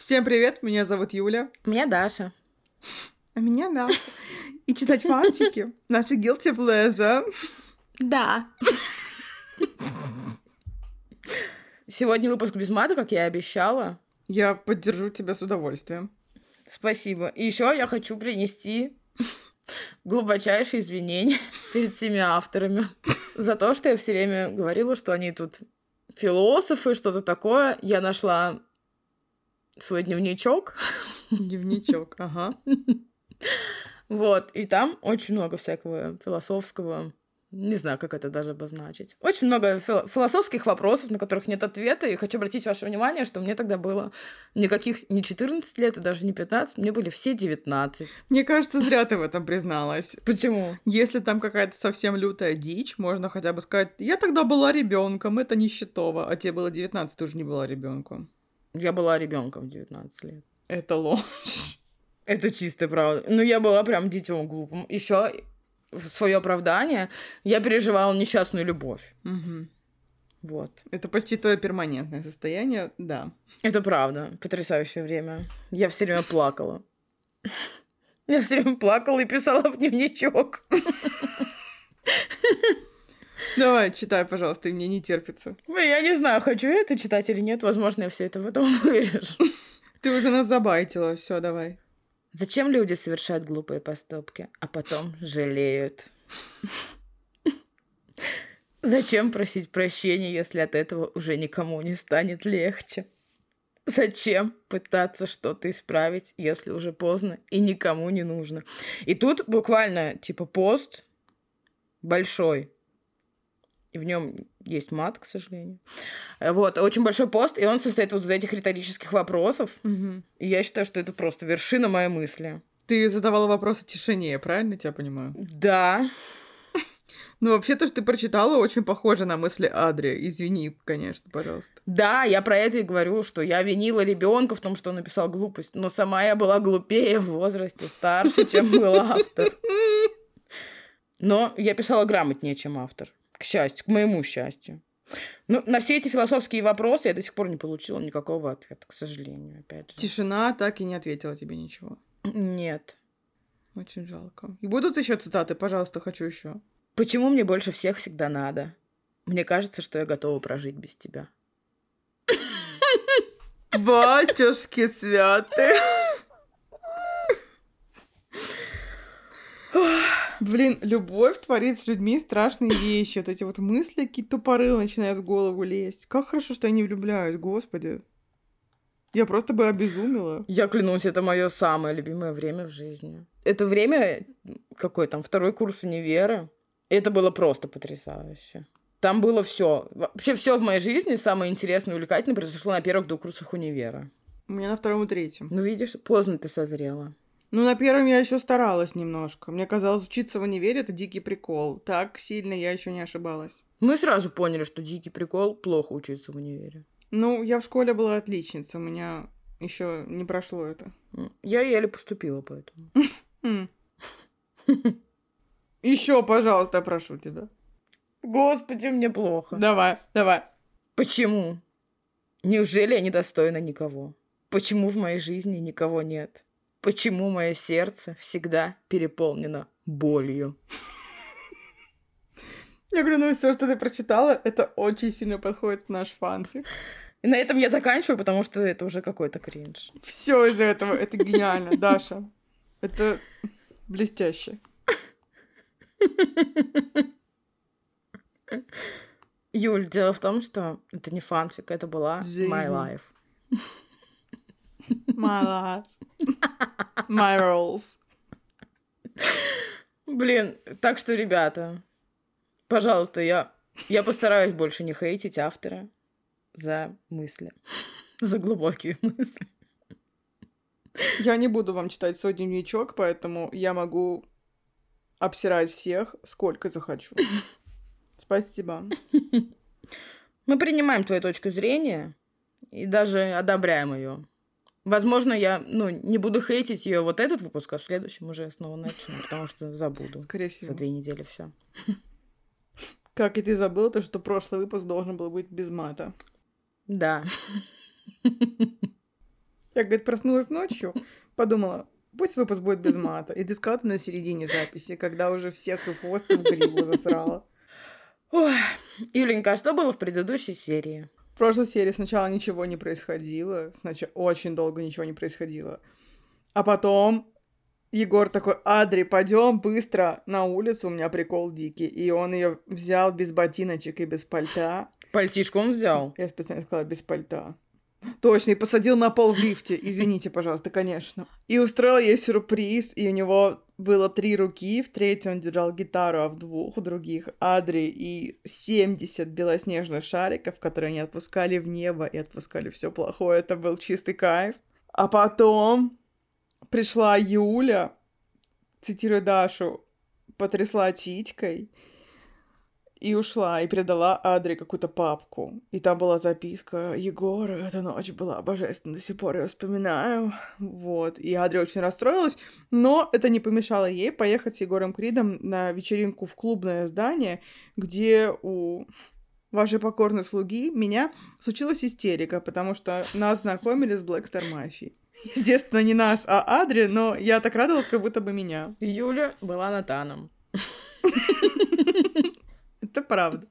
Всем привет, меня зовут Юля. Меня Даша. А меня Даша. И читать фанфики. Наши guilty pleasure. Да. Сегодня выпуск без мата, как я и обещала. Я поддержу тебя с удовольствием. Спасибо. И еще я хочу принести глубочайшие извинения перед всеми авторами за то, что я все время говорила, что они тут философы, что-то такое. Я нашла свой дневничок. Дневничок, ага. Вот, и там очень много всякого философского, не знаю, как это даже обозначить. Очень много философских вопросов, на которых нет ответа, и хочу обратить ваше внимание, что мне тогда было никаких не 14 лет, и даже не 15, мне были все 19. Мне кажется, зря ты в этом призналась. Почему? Если там какая-то совсем лютая дичь, можно хотя бы сказать, я тогда была ребенком, это нищетово, а тебе было 19, ты уже не была ребенком. Я была ребенком в 19 лет. Это ложь. Это чистая правда. Ну, я была прям детем глупым. Еще в свое оправдание я переживала несчастную любовь. Угу. Вот. Это почти твое перманентное состояние, да. Это правда. Потрясающее время. Я все время плакала. Я все время плакала и писала в дневничок. Давай, читай, пожалуйста, и мне не терпится. Я не знаю, хочу я это читать или нет. Возможно, я все это в этом вырежу. Ты уже нас забайтила. Все, давай. Зачем люди совершают глупые поступки, а потом жалеют? Зачем просить прощения, если от этого уже никому не станет легче? Зачем пытаться что-то исправить, если уже поздно и никому не нужно? И тут буквально типа пост большой. И в нем есть мат, к сожалению. Вот, очень большой пост, и он состоит вот из этих риторических вопросов. Угу. И я считаю, что это просто вершина моей мысли. Ты задавала вопросы тишине, я правильно тебя понимаю? Да. Ну, вообще то, что ты прочитала, очень похоже на мысли Адри. Извини, конечно, пожалуйста. Да, я про это и говорю, что я винила ребенка в том, что он написал глупость, но сама я была глупее в возрасте, старше, чем был автор. Но я писала грамотнее, чем автор. К счастью, к моему счастью. Ну, на все эти философские вопросы я до сих пор не получила никакого ответа, к сожалению, опять же. Тишина так и не ответила тебе ничего. Нет. Очень жалко. И будут еще цитаты? Пожалуйста, хочу еще. Почему мне больше всех всегда надо? Мне кажется, что я готова прожить без тебя. Батюшки святые. Блин, любовь творит с людьми страшные вещи. Вот эти вот мысли, какие-то тупорылые начинают в голову лезть. Как хорошо, что я не влюбляюсь, господи. Я просто бы обезумела. Я клянусь, это мое самое любимое время в жизни. Это время, какой там, 2-й курс универа. Это было просто потрясающе. Там было все. Вообще все в моей жизни самое интересное и увлекательное произошло на первых 2 курсах универа. У меня на 2-м и 3-м. Ну, видишь, поздно ты созрела. Ну, на 1-м я еще старалась немножко. Мне казалось, учиться в универе — это дикий прикол. Так сильно я еще не ошибалась. Мы сразу поняли, что дикий прикол — плохо учиться в универе. Ну, я в школе была отличницей. У меня еще не прошло это. Я еле поступила, поэтому. Еще, пожалуйста, прошу тебя. Господи, мне плохо. Давай. Почему? Неужели я недостойна никого? Почему в моей жизни никого нет? Почему мое сердце всегда переполнено болью? Я говорю, ну все, что ты прочитала, это очень сильно подходит в наш фанфик. И на этом я заканчиваю, потому что это уже какой-то кринж. Все из этого, это гениально, Даша. Это блестяще. Юль, дело в том, что это не фанфик, это была my life. My life. My rules. Блин, так что, ребята, пожалуйста, я постараюсь больше не хейтить автора за мысли, за глубокие мысли. Я не буду вам читать свой дневничок, поэтому я могу обсирать всех, сколько захочу. Спасибо. Мы принимаем твою точку зрения и даже одобряем ее. Возможно, я не буду хейтить ее вот этот выпуск, а в следующем уже снова начну, потому что забуду. Скорее всего. За 2 недели все. Как и ты забыла, то, что прошлый выпуск должен был быть без мата. Да. Я, говорит, проснулась ночью, подумала, пусть выпуск будет без мата. И дискала на середине записи, когда уже всех и в хвост, и в гриву засрала. Ой, Юленька, а что было в предыдущей серии? В прошлой серии сначала ничего не происходило. Сначала очень долго ничего не происходило. А потом Егор такой: Адри, пойдем быстро на улицу, у меня прикол дикий. И он ее взял без ботиночек и без пальта. Пальтишку он взял. Я специально сказала без пальта. Точно, и посадил на пол в лифте. Извините, пожалуйста, конечно. И устроил ей сюрприз, и у него было 3 руки. В третьей он держал гитару, а в 2 других Адри и 70 белоснежных шариков, которые они отпускали в небо и отпускали все плохое. Это был чистый кайф. А потом пришла Юля, цитирую Дашу, потрясла титькой и ушла, и передала Адри какую-то папку. И там была записка: Егор, эта ночь была божественна, до сих пор я вспоминаю. Вот. И Адри очень расстроилась, но это не помешало ей поехать с Егором Кридом на вечеринку в клубное здание, где у вашей покорной слуги меня случилась истерика, потому что нас знакомили с Black Star Mafia. Естественно, не нас, а Адри, но я так радовалась, как будто бы меня. Юля была Натаном. Это правда.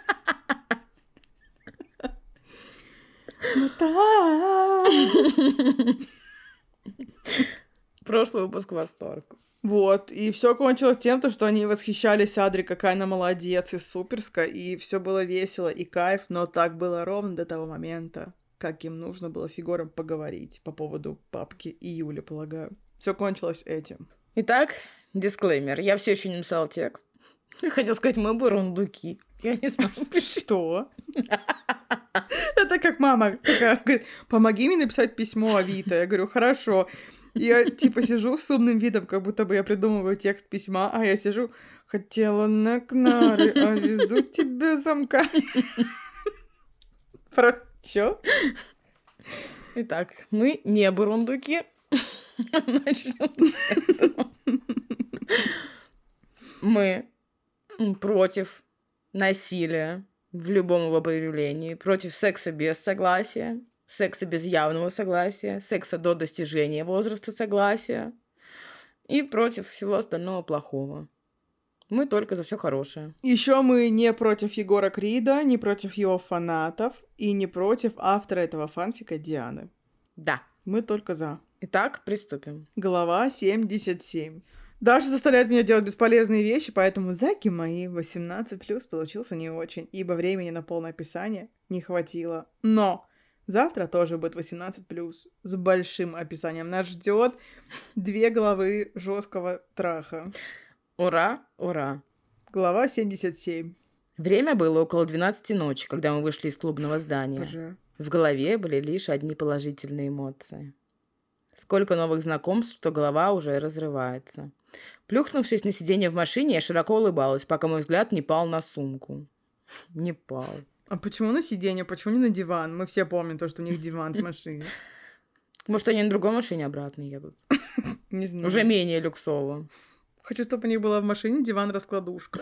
Прошлый выпуск восторг. Вот, и все кончилось тем, что они восхищались Адри, какая она молодец и суперская, и все было весело и кайф, но так было ровно до того момента, как им нужно было с Егором поговорить по поводу папки и Юли, полагаю. Все кончилось этим. Итак, дисклеймер. Я все еще не написала текст. Хотел сказать, мы бурундуки. Я не знаю, что. Это как мама такая говорит: помоги мне написать письмо Авито. Я говорю: хорошо. Я типа сижу с умным видом, как будто бы я придумываю текст письма, а я сижу: хотела на кнаре, а везу тебе замка. Про чё? Итак, мы не бурундуки. Начнем с этого. Мы против насилия в любом его проявлении, против секса без согласия, секса без явного согласия, секса до достижения возраста согласия и против всего остального плохого. Мы только за все хорошее. Еще мы не против Егора Крида, не против его фанатов и не против автора этого фанфика Дианы. Да. Мы только за. Итак, приступим. Глава 77. Даша заставляет меня делать бесполезные вещи, поэтому заки мои 18+ получился не очень, ибо времени на полное описание не хватило. Но завтра тоже будет 18+, с большим описанием. Нас ждет 2 главы жесткого траха. Ура, ура. Глава 77. Время было около 12 ночи, когда мы вышли из клубного здания. Боже. В голове были лишь одни положительные эмоции. Сколько новых знакомств, что голова уже разрывается. Плюхнувшись на сиденье в машине, я широко улыбалась, пока мой взгляд не пал на сумку. Не пал. А почему на сиденье, почему не на диван? Мы все помним то, что у них диван в машине. Может, они на другой машине обратно едут? Не знаю. Уже менее люксово. Хочу, чтобы у них была в машине диван-раскладушка.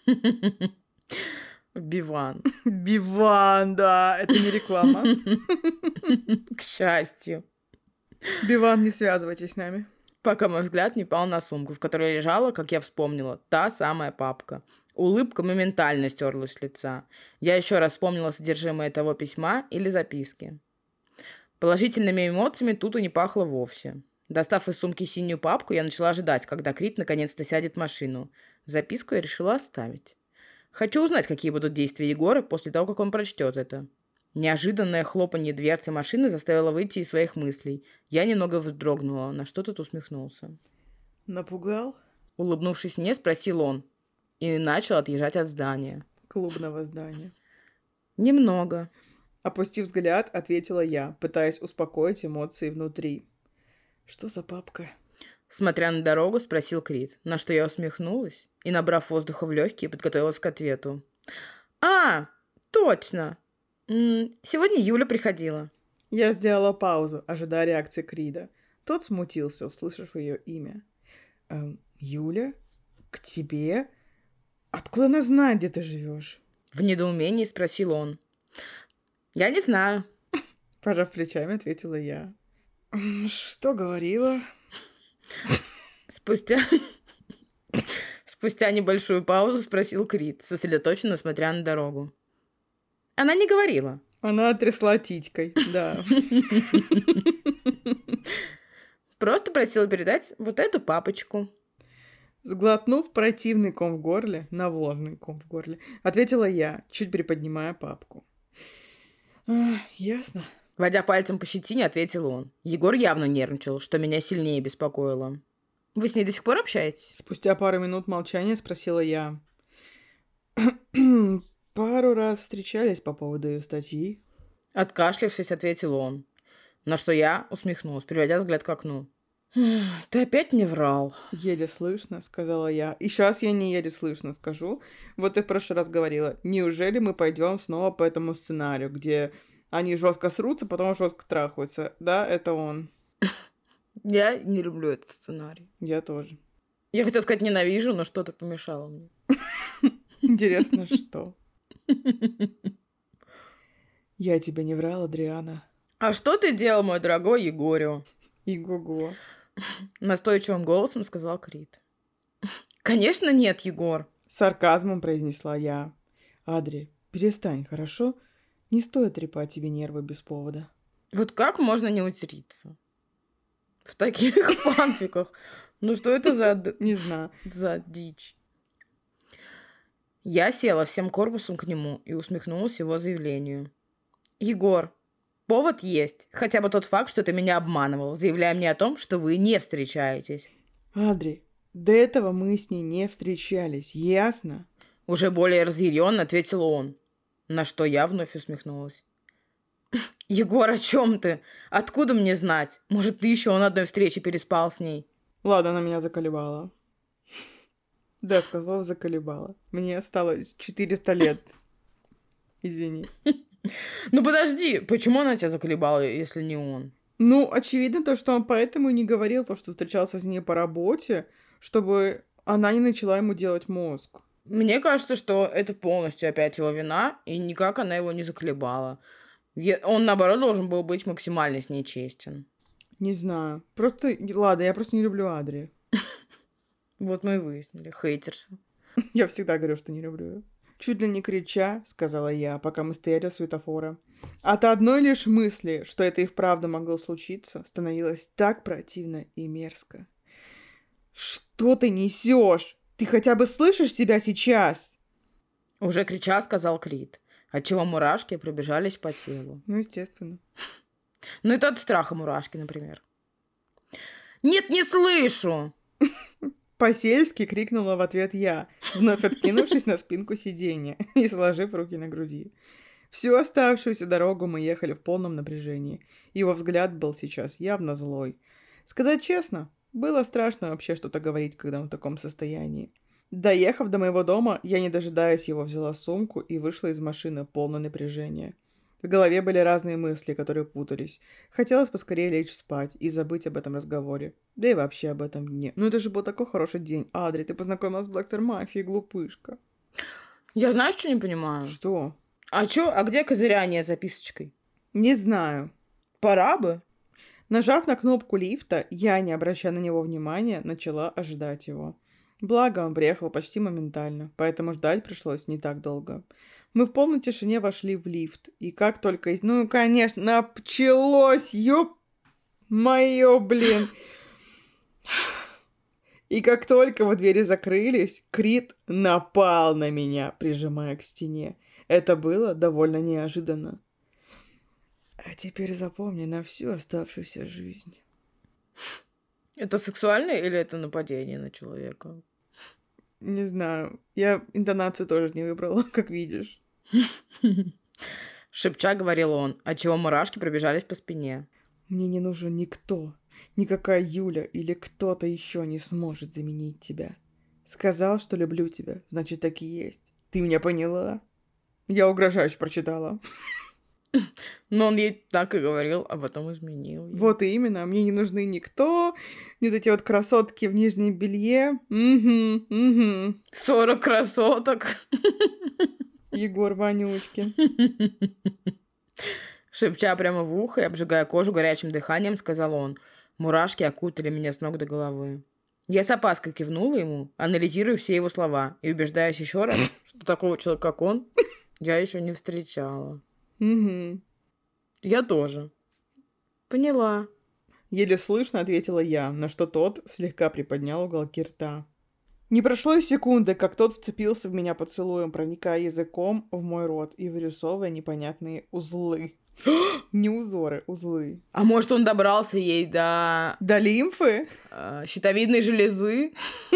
Биван. Биван, да, это не реклама. К счастью. Биван, не связывайтесь с нами. Пока мой взгляд не пал на сумку, в которой лежала, как я вспомнила, та самая папка. Улыбка моментально стерлась с лица. Я еще раз вспомнила содержимое того письма или записки. Положительными эмоциями тут и не пахло вовсе. Достав из сумки синюю папку, я начала ожидать, когда Крид наконец-то сядет в машину. Записку я решила оставить. Хочу узнать, какие будут действия Егора после того, как он прочтет это. Неожиданное хлопанье дверцы машины заставило выйти из своих мыслей. Я немного вздрогнула, на что тот усмехнулся. Напугал? Улыбнувшись мне, спросил он. И начал отъезжать от здания. Клубного здания. Немного. Опустив взгляд, ответила я, пытаясь успокоить эмоции внутри. Что за папка? Смотря на дорогу, спросил Крид, на что я усмехнулась и, набрав воздуха в легкие, подготовилась к ответу. «А, точно! Сегодня Юля приходила». Я сделала паузу, ожидая реакции Крида. Тот смутился, услышав ее имя. «Юля? К тебе? Откуда она знает, где ты живешь?» В недоумении спросил он. «Я не знаю». Пожав плечами, ответила я. Что говорила? Спустя небольшую паузу спросил Крит, сосредоточенно смотря на дорогу. Она не говорила. Она трясла титькой, да. Просто просила передать вот эту папочку. Сглотнув противный ком в горле, навозный ком в горле, ответила я, чуть приподнимая папку. Ясно. Водя пальцем по щетине, ответил он. Егор явно нервничал, что меня сильнее беспокоило. Вы с ней до сих пор общаетесь? Спустя пару минут молчания спросила я. Пару раз встречались по поводу ее статьи. Откашлявшись, ответил он. На что я усмехнулась, переводя взгляд к окну. Ты опять не врал. Еле слышно, сказала я. И сейчас я не еле слышно скажу. Вот ты в прошлый раз говорила. Неужели мы пойдем снова по этому сценарию, где они жестко срутся, потом жестко трахаются? Да, это он. Я не люблю этот сценарий. Я тоже. Я хотела сказать ненавижу, но что-то помешало мне. Интересно, что? Я тебе не врал, Адриана. А что ты делал, мой дорогой Егорю? Иго-го. Настойчивым голосом сказал Крит. Конечно нет, Егор. С сарказмом произнесла я. Адри, перестань, хорошо? Не стоит трепать тебе нервы без повода. Вот как можно не утериться? В таких фанфиках. Ну что это за... Не знаю. За дичь. Я села всем корпусом к нему и усмехнулась его заявлению. Егор, повод есть. Хотя бы тот факт, что ты меня обманывал, заявляя мне о том, что вы не встречаетесь. Адри, до этого мы с ней не встречались, ясно? Уже более разъяренно ответил он, на что я вновь усмехнулась. Егор, о чем ты? Откуда мне знать? Может, ты еще на одной встрече переспал с ней? Ладно, она меня заколебала. Да, сказала, заколебала. Мне осталось 400 лет. Извини. Ну подожди, почему она тебя заколебала, если не он? Ну, очевидно то, что он поэтому и не говорил то, что встречался с ней по работе, чтобы она не начала ему делать мозг. Мне кажется, что это полностью опять его вина, и никак она его не заколебала. Он, наоборот, должен был быть максимально с ней честен. Не знаю. Просто, ладно, я просто не люблю Адри. Вот мы и выяснили. Хейтерсы. Я всегда говорю, что не люблю ее. Чуть ли не крича, сказала я, пока мы стояли у светофора. От одной лишь мысли, что это и вправду могло случиться, становилось так противно и мерзко. Что ты несешь? Ты хотя бы слышишь себя сейчас? Уже крича, сказал Крит, отчего мурашки пробежались по телу. Ну, естественно. Ну, это от страха мурашки, например. Нет, не слышу! По-сельски крикнула в ответ я, вновь откинувшись на спинку сиденья и сложив руки на груди. Всю оставшуюся дорогу мы ехали в полном напряжении. Его взгляд был сейчас явно злой. Сказать честно, было страшно вообще что-то говорить, когда он в таком состоянии. Доехав до моего дома, я, не дожидаясь его, взяла сумку и вышла из машины, полное напряжение. В голове были разные мысли, которые путались. Хотелось поскорее лечь спать и забыть об этом разговоре. Да и вообще об этом дне. Ну это же был такой хороший день. Адри, ты познакомилась с Блэкстер Мафией, глупышка. Я знаешь, что не понимаю? Что? А где козыряние записочкой? Не знаю. Пора бы. Нажав на кнопку лифта, я, не обращая на него внимания, начала ожидать его. Благо, он приехал почти моментально, поэтому ждать пришлось не так долго. Мы в полной тишине вошли в лифт, и как только... Ну, конечно, началось, ёп-моё, блин! И как только вот двери закрылись, Крит напал на меня, прижимая к стене. Это было довольно неожиданно. А теперь запомни на всю оставшуюся жизнь. Это сексуально или это нападение на человека? Не знаю. Я интонацию тоже не выбрала, как видишь. Шепча говорил он, отчего мурашки пробежались по спине. Мне не нужен никто. Никакая Юля или кто-то еще не сможет заменить тебя. Сказал, что люблю тебя, значит, так и есть. Ты меня поняла? Я угрожающе прочитала. Но он ей так и говорил, а потом изменил. Вот именно. Мне не нужны никто. Не эти вот красотки в нижнем белье. Угу. 40 красоток. Егор Вонючкин. Шепча прямо в ухо и обжигая кожу горячим дыханием, сказал он. Мурашки окутали меня с ног до головы. Я с опаской кивнула ему, анализируя все его слова и убеждаясь еще раз, что такого человека, как он, я еще не встречала. Угу. Я тоже. Поняла. Еле слышно ответила я, на что тот слегка приподнял уголки рта. Не прошло и секунды, как тот вцепился в меня поцелуем, проникая языком в мой рот и вырисовывая непонятные узлы. Не узоры, узлы. А может, он добрался ей до... До лимфы? Щитовидной железы?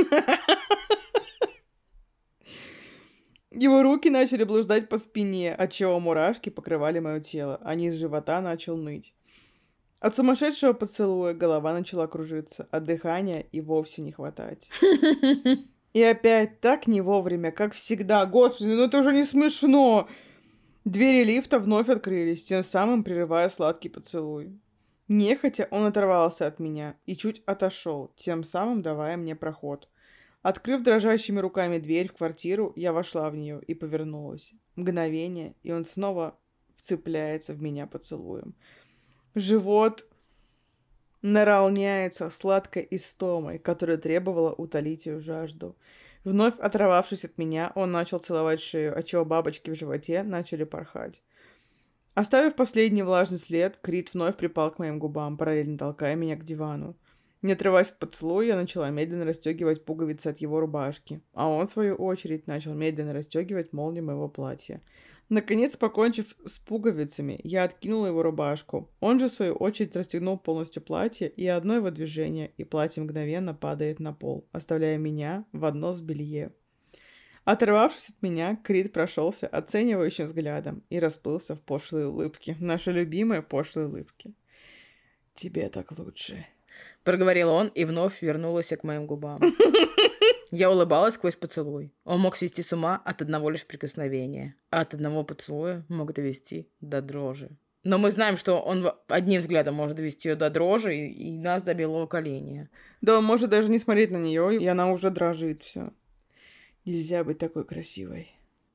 Его руки начали блуждать по спине, отчего мурашки покрывали мое тело, а низ живота начал ныть. От сумасшедшего поцелуя голова начала кружиться, а дыхания и вовсе не хватать. И опять так не вовремя, как всегда. Господи, ну это уже не смешно! Двери лифта вновь открылись, тем самым прерывая сладкий поцелуй. Нехотя он оторвался от меня и чуть отошел, тем самым давая мне проход. Открыв дрожащими руками дверь в квартиру, я вошла в нее и повернулась. Мгновение, и он снова вцепляется в меня поцелуем. Живот наполняется сладкой истомой, которая требовала утолить ее жажду. Вновь оторвавшись от меня, он начал целовать шею, отчего бабочки в животе начали порхать. Оставив последний влажный след, Крит вновь припал к моим губам, параллельно толкая меня к дивану. Не отрываясь от поцелуя, я начала медленно расстегивать пуговицы от его рубашки, а он, в свою очередь, начал медленно расстегивать молнии моего платья. Наконец, покончив с пуговицами, я откинула его рубашку. Он же, в свою очередь, расстегнул полностью платье, и одно его движение, и платье мгновенно падает на пол, оставляя меня в одно с белье. Оторвавшись от меня, Крит прошелся оценивающим взглядом и расплылся в пошлые улыбки. Наши любимые пошлые улыбки. «Тебе так лучше», — проговорил он и вновь вернулся к моим губам. Я улыбалась сквозь поцелуй. Он мог свести с ума от одного лишь прикосновения, а от одного поцелуя мог довести до дрожи. Но мы знаем, что он одним взглядом может довести ее до дрожи и нас до белого коленя. Да, он может даже не смотреть на нее, и она уже дрожит, все. Нельзя быть такой красивой.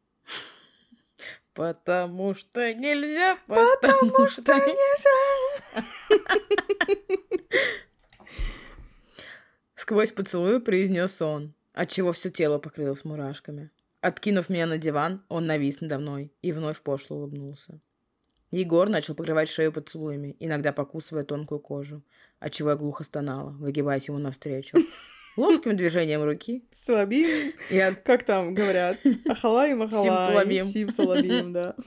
Потому что нельзя, потому что нельзя. Сквозь поцелуй произнес он, отчего все тело покрылось мурашками. Откинув меня на диван, он навис надо мной и вновь пошло улыбнулся. Егор начал покрывать шею поцелуями, иногда покусывая тонкую кожу, отчего я глухо стонала, выгибаясь ему навстречу. Ловким движением руки. Салабим. Как там говорят? Ахалай, махалай. Сим-салабим, да.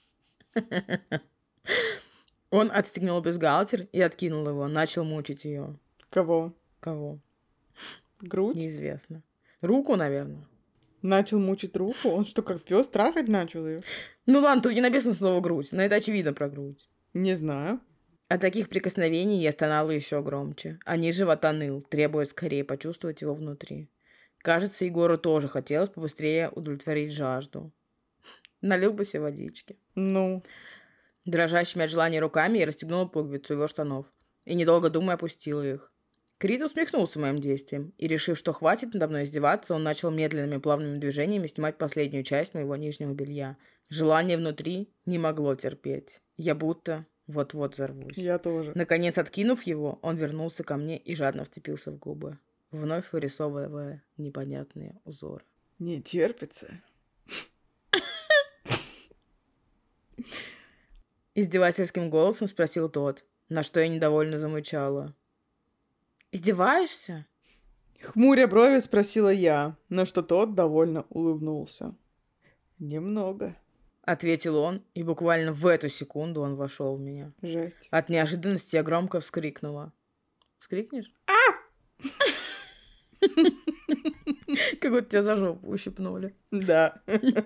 Он отстегнул бюстгальтер и откинул его, начал мучить ее. Кого? Грудь? Неизвестно. Руку, наверное. Начал мучить руку? Он что, как пес, трахать начал ее? Ну ладно, тут не написано слово грудь, но это очевидно про грудь. Не знаю. От таких прикосновений я стонала еще громче, а низ живота ныл, требуя скорее почувствовать его внутри. Кажется, Егору тоже хотелось побыстрее удовлетворить жажду. Налил бы себе водички. Ну. Дрожащими от желания руками я расстегнула пуговицу его штанов и, недолго думая, опустила их. Крит усмехнулся моим действием, и, решив, что хватит надо мной издеваться, он начал медленными плавными движениями снимать последнюю часть моего нижнего белья. Желание внутри не могло терпеть. Я будто вот-вот взорвусь. Я тоже. Наконец, откинув его, он вернулся ко мне и жадно вцепился в губы, вновь вырисовывая непонятные узоры. Не терпится. Издевательским голосом спросил тот, на что я недовольно замычала. «Издеваешься?» Хмуря брови спросила я, на что тот довольно улыбнулся. «Немного», — ответил он, и буквально в эту секунду он вошел в меня. Жесть. От неожиданности я громко вскрикнула. Вскрикнешь? Как будто тебя за жопу ущипнули. Да.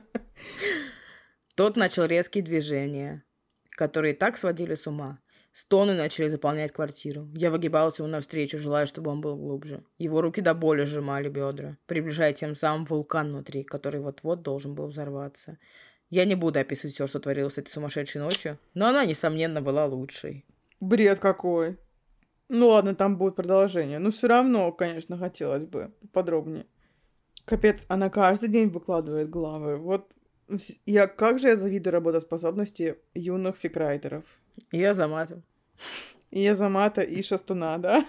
Тот начал резкие движения, которые так сводили с ума. Стоны начали заполнять квартиру. Я выгибалась ему навстречу, желая, чтобы он был глубже. Его руки до боли сжимали бедра, приближая тем самым вулкан внутри, который вот-вот должен был взорваться. Я не буду описывать все, что творилось этой сумасшедшей ночью, но она, несомненно, была лучшей. Бред какой. Ну ладно, там будет продолжение. Но все равно, конечно, хотелось бы подробнее. Капец, она каждый день выкладывает главы. Вот как же я завидую работоспособности юных фикрайтеров. И Азамата. И Азамата, и Шастуна, да?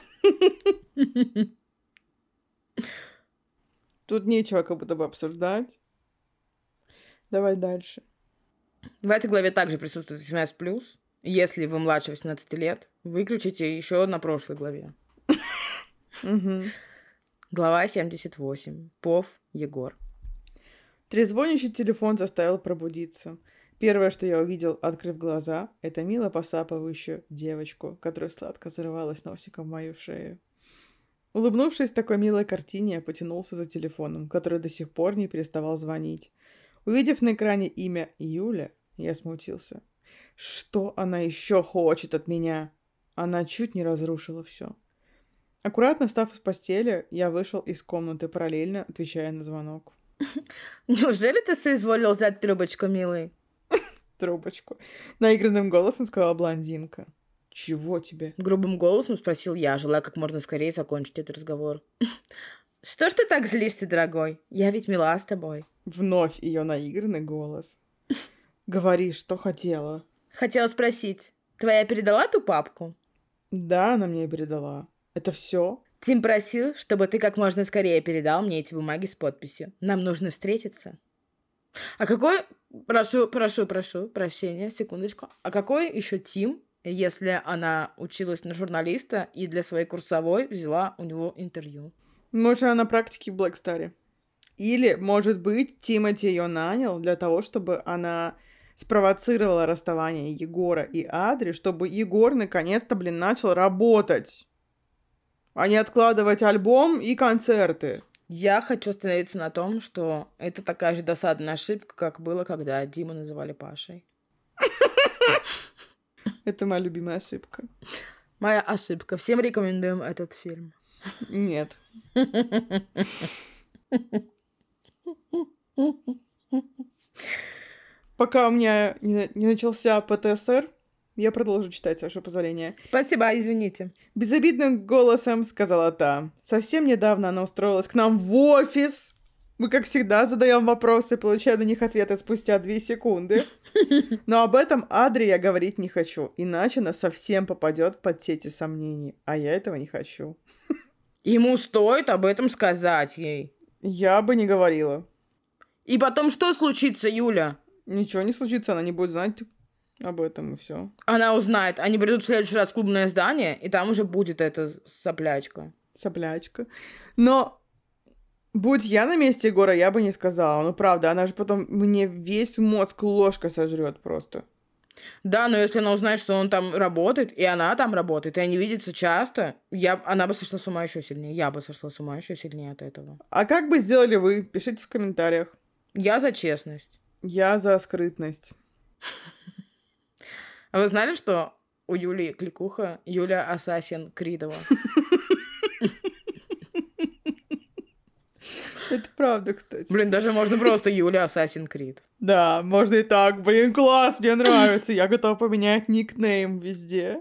Тут нечего как будто бы обсуждать. Давай дальше. В этой главе также присутствует 18+. Если вы младше 18 лет, выключите еще на прошлой главе. Глава 78. Пов Егор. Трезвонящий телефон заставил пробудиться. Первое, что я увидел, открыв глаза, это мило посапывающую девочку, которая сладко зарывалась носиком в мою шею. Улыбнувшись такой милой картине, я потянулся за телефоном, который до сих пор не переставал звонить. Увидев на экране имя Юля, я смутился. Что она еще хочет от меня? Она чуть не разрушила все. Аккуратно встав с постели, я вышел из комнаты, параллельно отвечая на звонок. Неужели ты соизволил взять трубочку, милый? Трубочку. Наигранным голосом сказала блондинка. Чего тебе? Грубым голосом спросил я, желая как можно скорее закончить этот разговор. Что ж ты так злишься, дорогой? Я ведь мила с тобой. Вновь ее наигранный голос. Говори, что хотела. Хотела спросить, твоя передала ту папку? Да, она мне передала. Это все? Тим просил, чтобы ты как можно скорее передал мне эти бумаги с подписью. Нам нужно встретиться. А какой... Прошу прощения, секундочку. А какой еще Тим, если она училась на журналиста и для своей курсовой взяла у него интервью? Может, она на практике в Блэкстаре. Или, может быть, Тимати ее нанял для того, чтобы она спровоцировала расставание Егора и Адри, чтобы Егор наконец-то, начал работать, а не откладывать альбом и концерты. Я хочу остановиться на том, что это такая же досадная ошибка, как было, когда Диму называли Пашей. Это моя любимая ошибка. Моя ошибка. Всем рекомендуем этот фильм. Нет. Пока у меня не начался ПТСР, я продолжу читать, с вашего позволения. Спасибо, извините. Безобидным голосом сказала та. Совсем недавно она устроилась к нам в офис. Мы, как всегда, задаем вопросы, получаем на них ответы спустя 2 секунды. Но об этом Адри я говорить не хочу, иначе она совсем попадет под сети сомнений. А я этого не хочу. Ему стоит об этом сказать ей. Я бы не говорила. И потом что случится, Юля? Ничего не случится, она не будет знать об этом, и все. Она узнает. Они придут в следующий раз в клубное здание, и там уже будет эта соплячка. Соплячка. Но будь я на месте Егора, я бы не сказала. Ну, правда, она же потом мне весь мозг ложкой сожрет просто. Да, но если она узнает, что он там работает, и она там работает, и они видятся часто, она бы сошла с ума еще сильнее. Я бы сошла с ума еще сильнее от этого. А как бы сделали вы? Пишите в комментариях. Я за честность. Я за скрытность. А вы знали, что у Юли кликуха Юля Ассасин Кридова? Это правда, кстати. Блин, даже можно просто Юля Ассасин Крид. Да, можно и так. Блин, класс, мне нравится. Я готова поменять никнейм везде.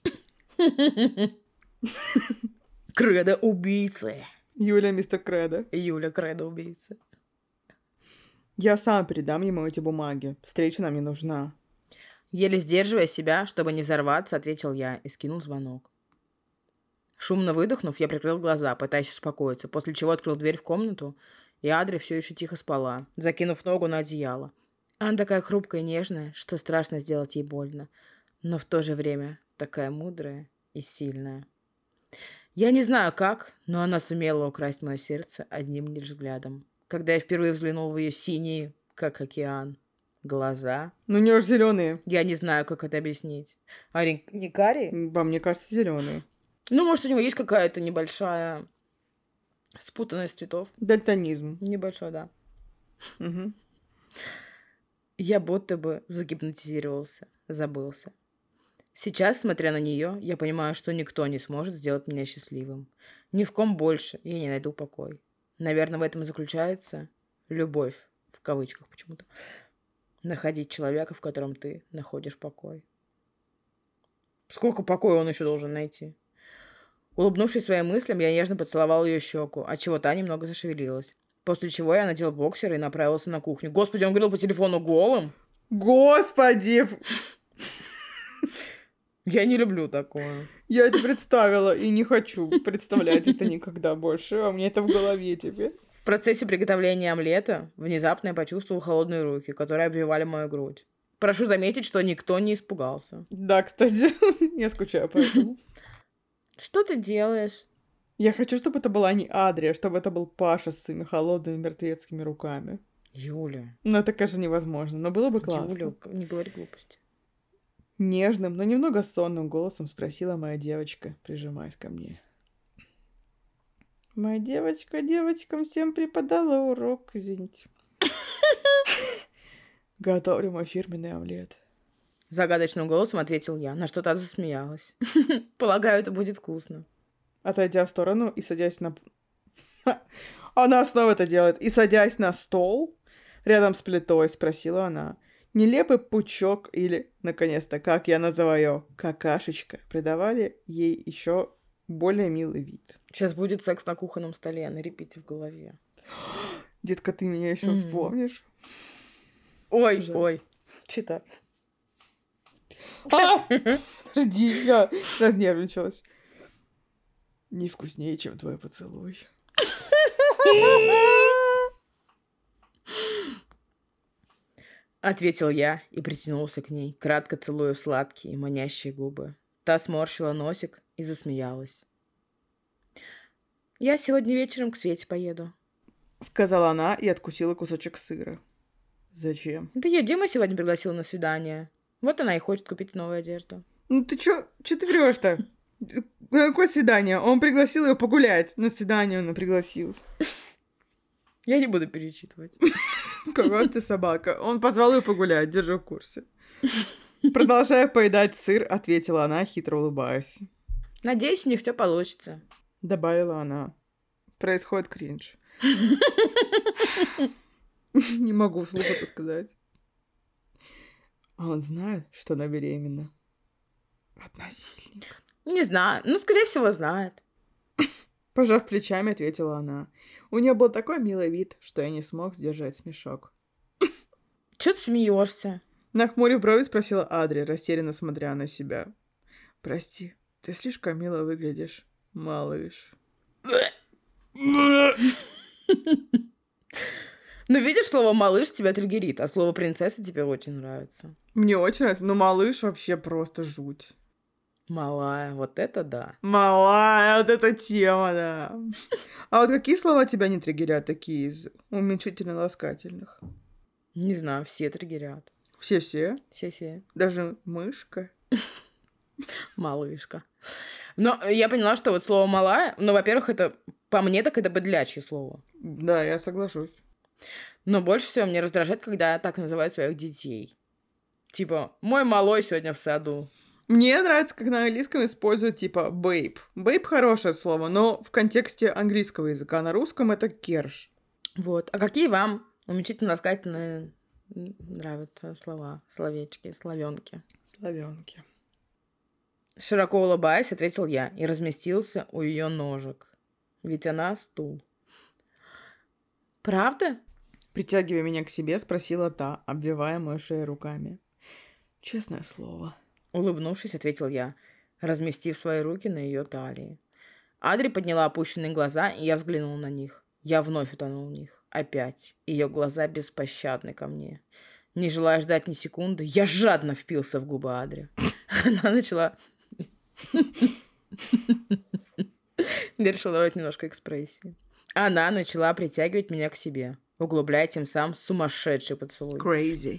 Кредо убийцы. Юля, мистер Кредо. Юля Кредо убийца. Я сам передам ему эти бумаги. Встреча нам не нужна. Еле сдерживая себя, чтобы не взорваться, ответил я и скинул звонок. Шумно выдохнув, я прикрыл глаза, пытаясь успокоиться, после чего открыл дверь в комнату, и Адри все еще тихо спала, закинув ногу на одеяло. Она такая хрупкая и нежная, что страшно сделать ей больно, но в то же время такая мудрая и сильная. Я не знаю как, но она сумела украсть мое сердце одним лишь взглядом. Когда я впервые взглянул в ее синие, как океан, глаза. Ну, у нее же зеленые. Я не знаю, как это объяснить. А не карие? Мне кажется, зеленые. Ну, может, у него есть какая-то небольшая спутанность цветов. Дальтонизм. Небольшой, да. Угу. Я будто бы загипнотизировался, забылся. Сейчас, смотря на нее, я понимаю, что никто не сможет сделать меня счастливым. Ни в ком больше я не найду покой. Наверное, в этом и заключается любовь, в кавычках почему-то. Находить человека, в котором ты находишь покой. Сколько покоя он еще должен найти? Улыбнувшись своим мыслям, я нежно поцеловал ее щеку, отчего та немного зашевелилась. После чего я надел боксер и направился на кухню. Господи, он говорил по телефону голым? Господи! Я не люблю такое. Я это представила и не хочу представлять это никогда больше. А у меня это в голове теперь. В процессе приготовления омлета внезапно я почувствовал холодные руки, которые обвивали мою грудь. Прошу заметить, что никто не испугался. Да, кстати, я скучаю по этому. Что ты делаешь? Я хочу, чтобы это была не Адрия, чтобы это был Паша с своими холодными мертвецкими руками. Юля. Ну, это, конечно, невозможно, но было бы классно. Юля, не говори глупости. Нежным, но немного сонным голосом спросила моя девочка, прижимаясь ко мне. Моя девочка девочкам всем преподала урок, извините. Готовлю мой фирменный омлет. Загадочным голосом ответил я, на что та засмеялась. Полагаю, это будет вкусно. Отойдя в сторону и садясь на... Она снова это делает. И садясь на стол рядом с плитой, спросила она. Нелепый пучок или, наконец-то, как я называю, какашечка, придавали ей еще более милый вид. Сейчас будет секс на кухонном столе, на репите в голове. Детка, ты меня еще вспомнишь? Ой, Пожалуйста. ой, читай. Подожди, я разнервничалась. Не вкуснее, чем твой поцелуй. Ответил я и притянулся к ней, кратко целуя в сладкие и манящие губы. Та сморщила носик и засмеялась. «Я сегодня вечером к Свете поеду», — сказала она и откусила кусочек сыра. «Зачем?» «Да я Дима сегодня пригласила на свидание. Вот она и хочет купить новую одежду». «Ну ты чё ты врёшь-то? На какое свидание? Он пригласил ее погулять. На свидание он пригласил». Я не буду перечитывать. Какая ты собака. Он позвал ее погулять, держу в курсе. Продолжая поедать сыр, ответила она, хитро улыбаясь. «Надеюсь, у них все получится», — добавила она. Происходит кринж. Не могу вслух это сказать. А он знает, что она беременна? От насильника. «Не знаю. Ну, скорее всего, знает». Пожав плечами, ответила она. У нее был такой милый вид, что я не смог сдержать смешок. «Чё ты смеешься?» Нахмурив брови, спросила Адри, растерянно смотря на себя. «Прости, ты слишком мило выглядишь, малыш». Ну, видишь, слово «малыш» тебя триггерит, а слово «принцесса» тебе очень нравится. Мне очень нравится, но малыш вообще просто жуть. Малая, вот это да. Малая, вот эта тема, да. А вот какие слова тебя не триггерят, такие из уменьшительно-ласкательных? Не знаю, все триггерят. Все-все? Все-все. Даже мышка? Малышка. Но я поняла, что вот слово «малая», ну, во-первых, это, по мне, так это быдлячье слово. Да, я соглашусь. Но больше всего мне раздражает, когда так называют своих детей. Типа, мой малой сегодня в саду. Мне нравится, как на английском используют типа babe. Babe хорошее слово, но в контексте английского языка. На русском это керш. Вот. А какие вам уменьшительно-ласкательные нравятся слова, словечки, словенки? Славянки. Широко улыбаясь, ответил я и разместился у ее ножек. Ведь она стул. «Правда?» Притягивая меня к себе, спросила та, обвивая мою шею руками. Честное слово. Улыбнувшись, ответил я, разместив свои руки на ее талии. Адри подняла опущенные глаза, и я взглянул на них. Я вновь утонул в них. Опять. Ее глаза беспощадны ко мне. Не желая ждать ни секунды, я жадно впился в губы Адри. Она начала... Я решила добавить немножко экспрессии. Она начала притягивать меня к себе, углубляя тем самым сумасшедший поцелуй. Crazy.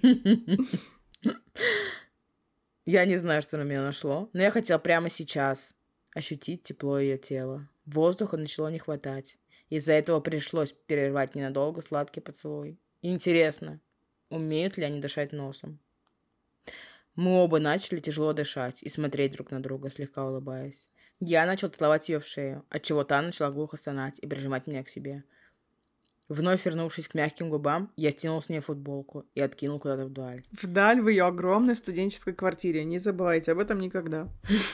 Я не знаю, что на меня нашло, но я хотела прямо сейчас ощутить тепло ее тела. Воздуха начало не хватать. Из-за этого пришлось прервать ненадолго сладкий поцелуй. Интересно, умеют ли они дышать носом? Мы оба начали тяжело дышать и смотреть друг на друга, слегка улыбаясь. Я начал целовать ее в шею, отчего та начала глухо стонать и прижимать меня к себе. Вновь вернувшись к мягким губам, я стянул с нее футболку и откинул куда-то вдаль. Вдаль в ее огромной студенческой квартире. Не забывайте об этом никогда.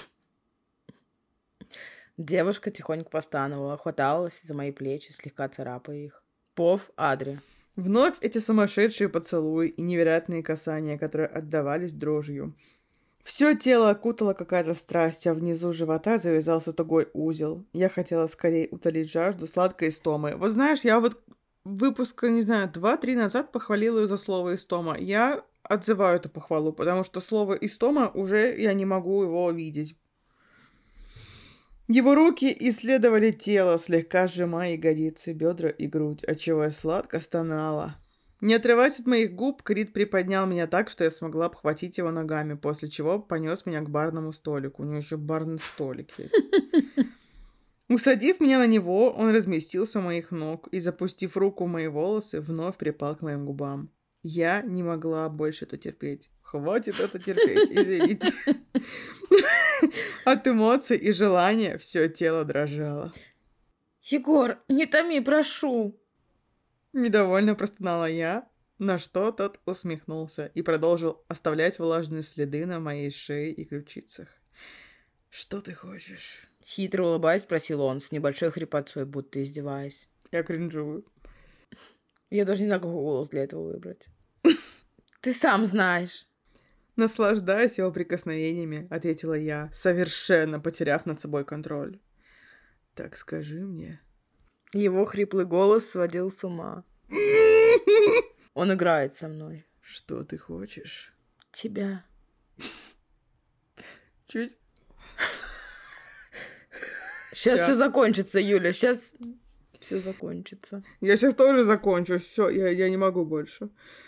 Девушка тихонько постановала, хваталась за мои плечи, слегка царапая их. Пов, Адри. Вновь эти сумасшедшие поцелуи и невероятные касания, которые отдавались дрожью. Все тело окутала какая-то страсть, а внизу живота завязался тугой узел. Я хотела скорее утолить жажду сладкой истомы. Вот знаешь, я вот выпуска, не знаю, 2-3 назад похвалила ее за слово истома. Я отзываю эту похвалу, потому что слово истома уже я не могу его видеть. Его руки исследовали тело, слегка сжимая ягодицы, бедра и грудь, отчего я сладко стонала. Не отрываясь от моих губ, Крид приподнял меня так, что я смогла обхватить его ногами, после чего понес меня к барному столику. У него еще барный столик есть. Усадив меня на него, он разместился у моих ног и, запустив руку в мои волосы, вновь припал к моим губам. Я не могла больше это терпеть. Хватит это терпеть, извините. От эмоций и желания все тело дрожало. Егор, не томи, прошу. Недовольно простонала я, на что тот усмехнулся и продолжил оставлять влажные следы на моей шее и ключицах. «Что ты хочешь?» Хитро улыбаясь, спросил он, с небольшой хрипотцой, будто издеваясь. Я кринжую. Я даже не знаю, какой голос для этого выбрать. Ты сам знаешь. Наслаждаясь его прикосновениями, ответила я, совершенно потеряв над собой контроль. «Так скажи мне». Его хриплый голос сводил с ума. Он играет со мной. «Что ты хочешь?» Тебя. Чуть. Сейчас все закончится, Юля. Сейчас все закончится. Я сейчас тоже закончу. Все, я не могу больше.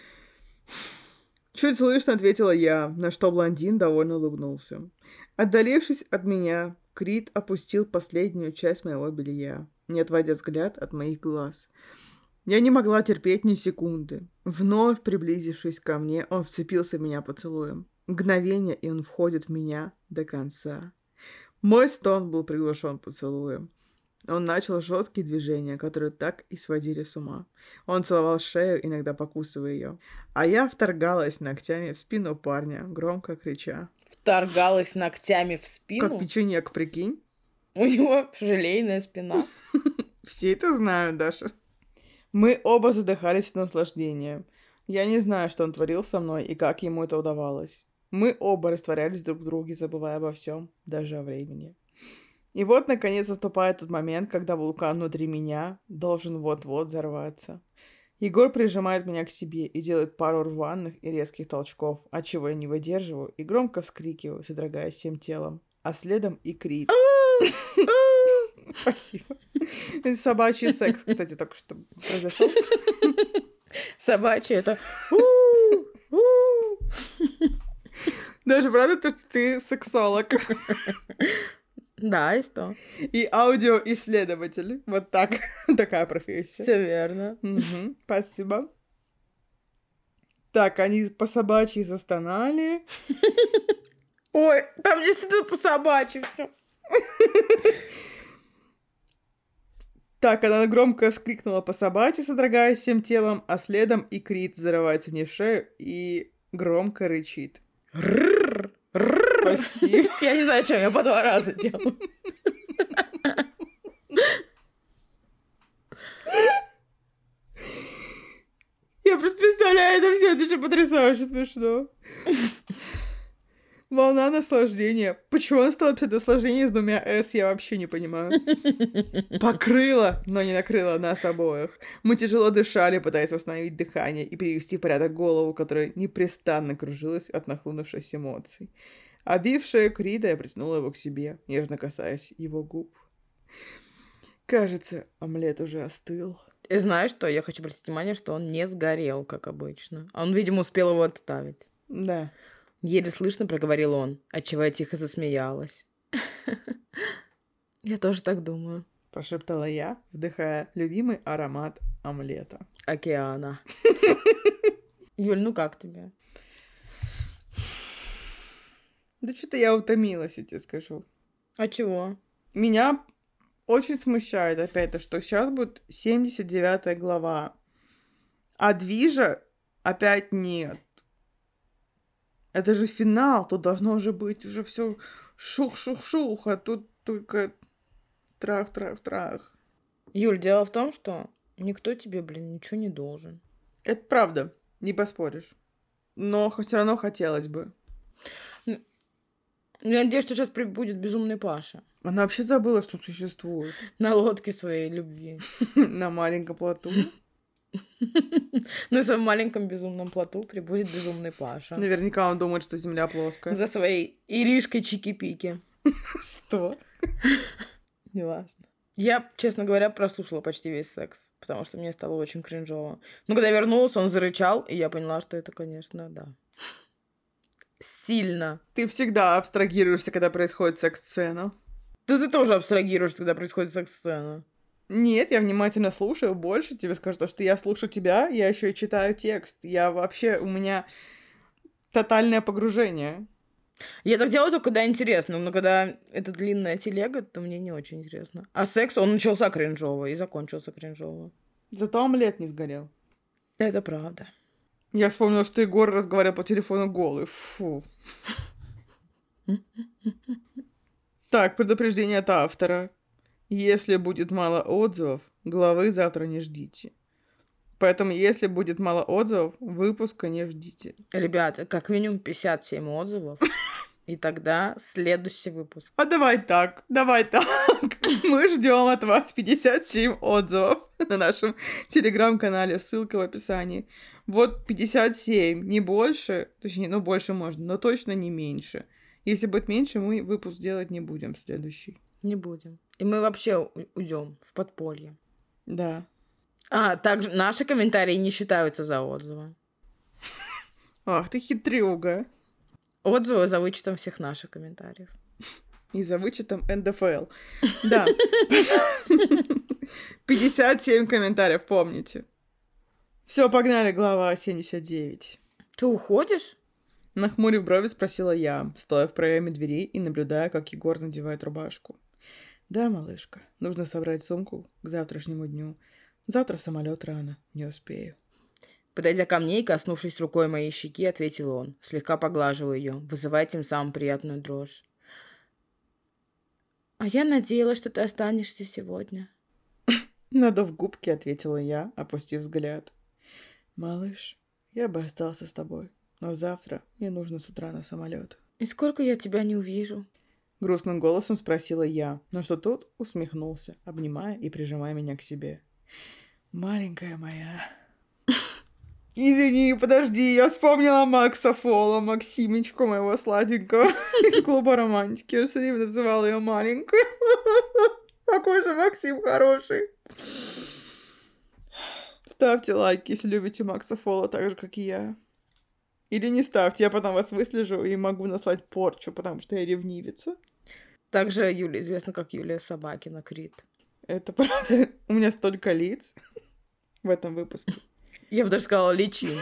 Чуть слышно ответила я, на что блондин довольно улыбнулся. Отдалившись от меня, Крид опустил последнюю часть моего белья, не отводя взгляд от моих глаз. Я не могла терпеть ни секунды. Вновь приблизившись ко мне, он вцепился в меня поцелуем. Мгновение, и он входит в меня до конца. Мой стон был приглушен поцелуем. Он начал жесткие движения, которые так и сводили с ума. Он целовал шею, иногда покусывая ее. А я вторгалась ногтями в спину парня, громко крича. Вторгалась ногтями в спину? Как печенек, прикинь. У него желейная спина. Все это знают, Даша. Мы оба задыхались от наслаждения. Я не знаю, что он творил со мной и как ему это удавалось. Мы оба растворялись друг в друге, забывая обо всем, даже о времени. И вот, наконец, наступает тот момент, когда вулкан внутри меня должен вот-вот взорваться. Егор прижимает меня к себе и делает пару рваных и резких толчков, отчего я не выдерживаю и громко вскрикиваю, содрогаясь всем телом. А следом и Крид. Спасибо. Собачий секс, кстати, только что произошел. Собачий это... Даже правда, то, что ты сексолог. Да, и что? И аудиоисследователь. Вот так. Такая профессия. Все верно. Угу, спасибо. Так, они по собачьи застонали. Ой, там действительно по собачьи все. Так, она громко вскрикнула по собачьи, содрогаясь всем телом, а следом и Крид зарывается мне в шею и громко рычит. Спасибо. Я не знаю, чем я по 2 раза делаю. Я просто представляю это все, это же потрясающе смешно. Волна наслаждения. Почему она стала писать наслаждение с 2 «с», я вообще не понимаю. Покрыла, но не накрыла нас обоих. Мы тяжело дышали, пытаясь восстановить дыхание и перевести в порядок голову, которая непрестанно кружилась от нахлынувших эмоций. Обвившая Крида, я притянула его к себе, нежно касаясь его губ. Кажется, омлет уже остыл. И знаешь что? Я хочу обратить внимание, что он не сгорел, как обычно. Он, видимо, успел его отставить. Да. Еле слышно проговорил он, отчего я тихо засмеялась. Я тоже так думаю. Прошептала я, вдыхая любимый аромат омлета. Океана. Юль, ну как тебе? Да что-то я утомилась, я тебе скажу. А чего? Меня очень смущает опять то, что сейчас будет 79 глава, а движа опять нет. Это же финал, тут должно уже быть уже все шух-шух-шух, а тут только трах-трах-трах. Юль, дело в том, что никто тебе, ничего не должен. Это правда, не поспоришь. Но все равно хотелось бы. Я надеюсь, что сейчас будет безумный Паша. Она вообще забыла, что существует. На лодке своей любви. На маленьком плоту. На своем маленьком безумном плоту прибудет безумный Паша. Наверняка он думает, что земля плоская. За своей Иришкой Чики-Пики. Что? Неважно. Я, честно говоря, прослушала почти весь секс, потому что мне стало очень кринжово. Но когда я вернулась, он зарычал, и я поняла, что это, конечно, да. Сильно. Ты всегда абстрагируешься, когда происходит секс-сцена. Да ты тоже абстрагируешься, когда происходит секс-сцена. Нет, я внимательно слушаю. Больше тебе скажу, то, что я слушаю тебя, я еще и читаю текст. У меня тотальное погружение. Я так делаю только когда интересно, но когда это длинная телега, то мне не очень интересно. А секс, он начался кринжово и закончился кринжово. Зато омлет не сгорел. Это правда. Я вспомнила, что Егор разговаривал по телефону голый. Фу. Так, предупреждение от автора. Если будет мало отзывов, главы завтра не ждите. Поэтому, если будет мало отзывов, выпуска не ждите. Ребята, как минимум 57 отзывов, и тогда следующий выпуск. А давай так. Мы ждем от вас 57 отзывов на нашем телеграм-канале. Ссылка в описании. Вот 57, не больше. Точнее, больше можно, но точно не меньше. Если будет меньше, мы выпуск делать не будем следующий. Не будем. И мы вообще уйдем в подполье. Да. Также наши комментарии не считаются за отзывы. Ах, ты хитрюга. Отзывы за вычетом всех наших комментариев. И за вычетом НДФЛ. Да. 57 комментариев, помните. Все, погнали, глава 79. Ты уходишь? Нахмурив брови, спросила я, стоя в проеме двери и наблюдая, как Егор надевает рубашку. Да, малышка, нужно собрать сумку к завтрашнему дню. Завтра самолет рано, не успею. Подойдя ко мне и коснувшись рукой моей щеки, ответил он, слегка поглаживая ее, вызывая тем самым приятную дрожь. А я надеялась, что ты останешься сегодня. Надув губки, ответила я, опустив взгляд. Малыш, я бы остался с тобой, но завтра мне нужно с утра на самолет. И сколько я тебя не увижу? Грустным голосом спросила я, но что тот усмехнулся, обнимая и прижимая меня к себе. Маленькая моя. Извини, подожди, я вспомнила Макса Фола, Максимечку моего сладенького из клуба романтики. Я все время называла ее маленькой. Какой же Максим хороший. Ставьте лайк, если любите Макса Фола так же, как и я. Или не ставьте, я потом вас выслежу и могу наслать порчу, потому что я ревнивица. Также Юля известна как Юлия Собакина, Крит. Это правда. У меня столько лиц в этом выпуске. Я бы даже сказала личин.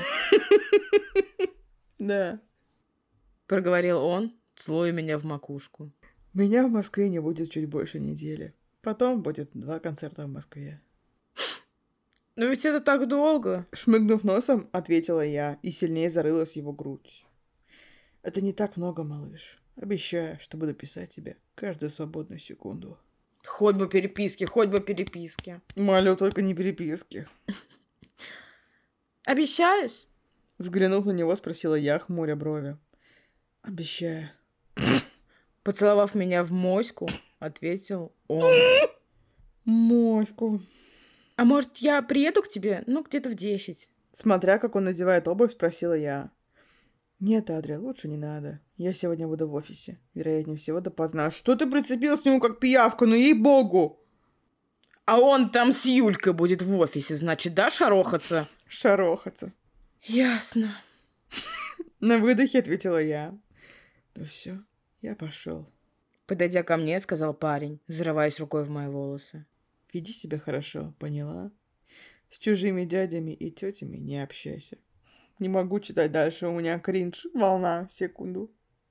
Да. Проговорил он, целуя меня в макушку. Меня в Москве не будет чуть больше недели. Потом будет 2 концерта в Москве. Но ведь это так долго. Шмыгнув носом, ответила я и сильнее зарылась в его грудь. Это не так много, малыш. Обещаю, что буду писать тебе каждую свободную секунду. Хоть бы переписки, хоть бы переписки. Молю, только не переписки. Обещаешь? Взглянув на него, спросила я, хмуря брови. Обещаю. Поцеловав меня в моську, ответил он. Моську. А может, я приеду к тебе? Где-то в 10. Смотря, как он надевает обувь, спросила я. Нет, Адрия, лучше не надо. Я сегодня буду в офисе. Вероятнее всего, допоздна. Что ты прицепилась к нему, как пиявка? Ну, ей-богу! А он там с Юлькой будет в офисе, значит, да, шарохаться? Шарохаться. Ясно. На выдохе ответила я. Ну все, я пошел. Подойдя ко мне, сказал парень, зарываясь рукой в мои волосы. Веди себя хорошо, поняла? С чужими дядями и тетями не общайся. Не могу читать дальше, у меня кринж. Волна, секунду.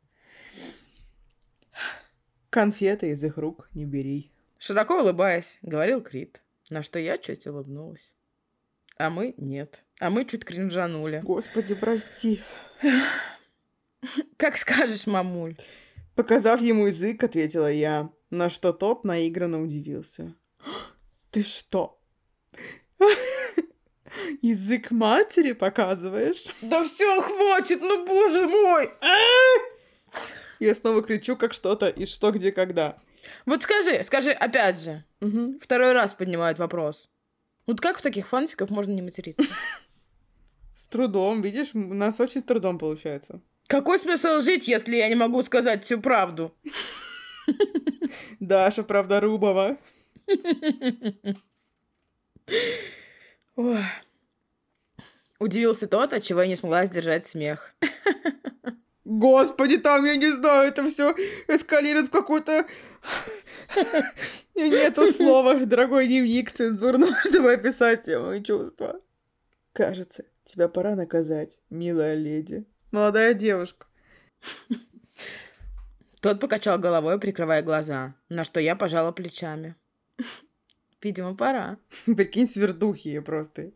Конфеты из их рук не бери. Широко улыбаясь, говорил Крит, на что я чуть улыбнулась. А мы нет. А мы чуть кринжанули. Господи, прости. Как скажешь, мамуль. Показав ему язык, ответила я, на что тот наигранно удивился. Ты что? Язык матери показываешь? Да все, хватит, ну боже мой! Я снова кричу, как что-то из «Что, где, когда». Вот скажи опять же. Угу. Второй раз поднимают вопрос. Вот как в таких фанфиках можно не материться? С трудом, видишь, у нас очень с трудом получается. Какой смысл жить, если я не могу сказать всю правду? Даша Правдорубова. Ой. Удивился тот, от чего я не смогла сдержать смех. Господи, там, я не знаю, это все эскалирует в какую-то... Нету слова, дорогой дневник цензурного, чтобы описать все мои чувства. Кажется, тебя пора наказать, милая леди. Молодая девушка. Тот покачал головой, прикрывая глаза, на что я пожала плечами. Видимо, пора. Прикинь, свердухи просто.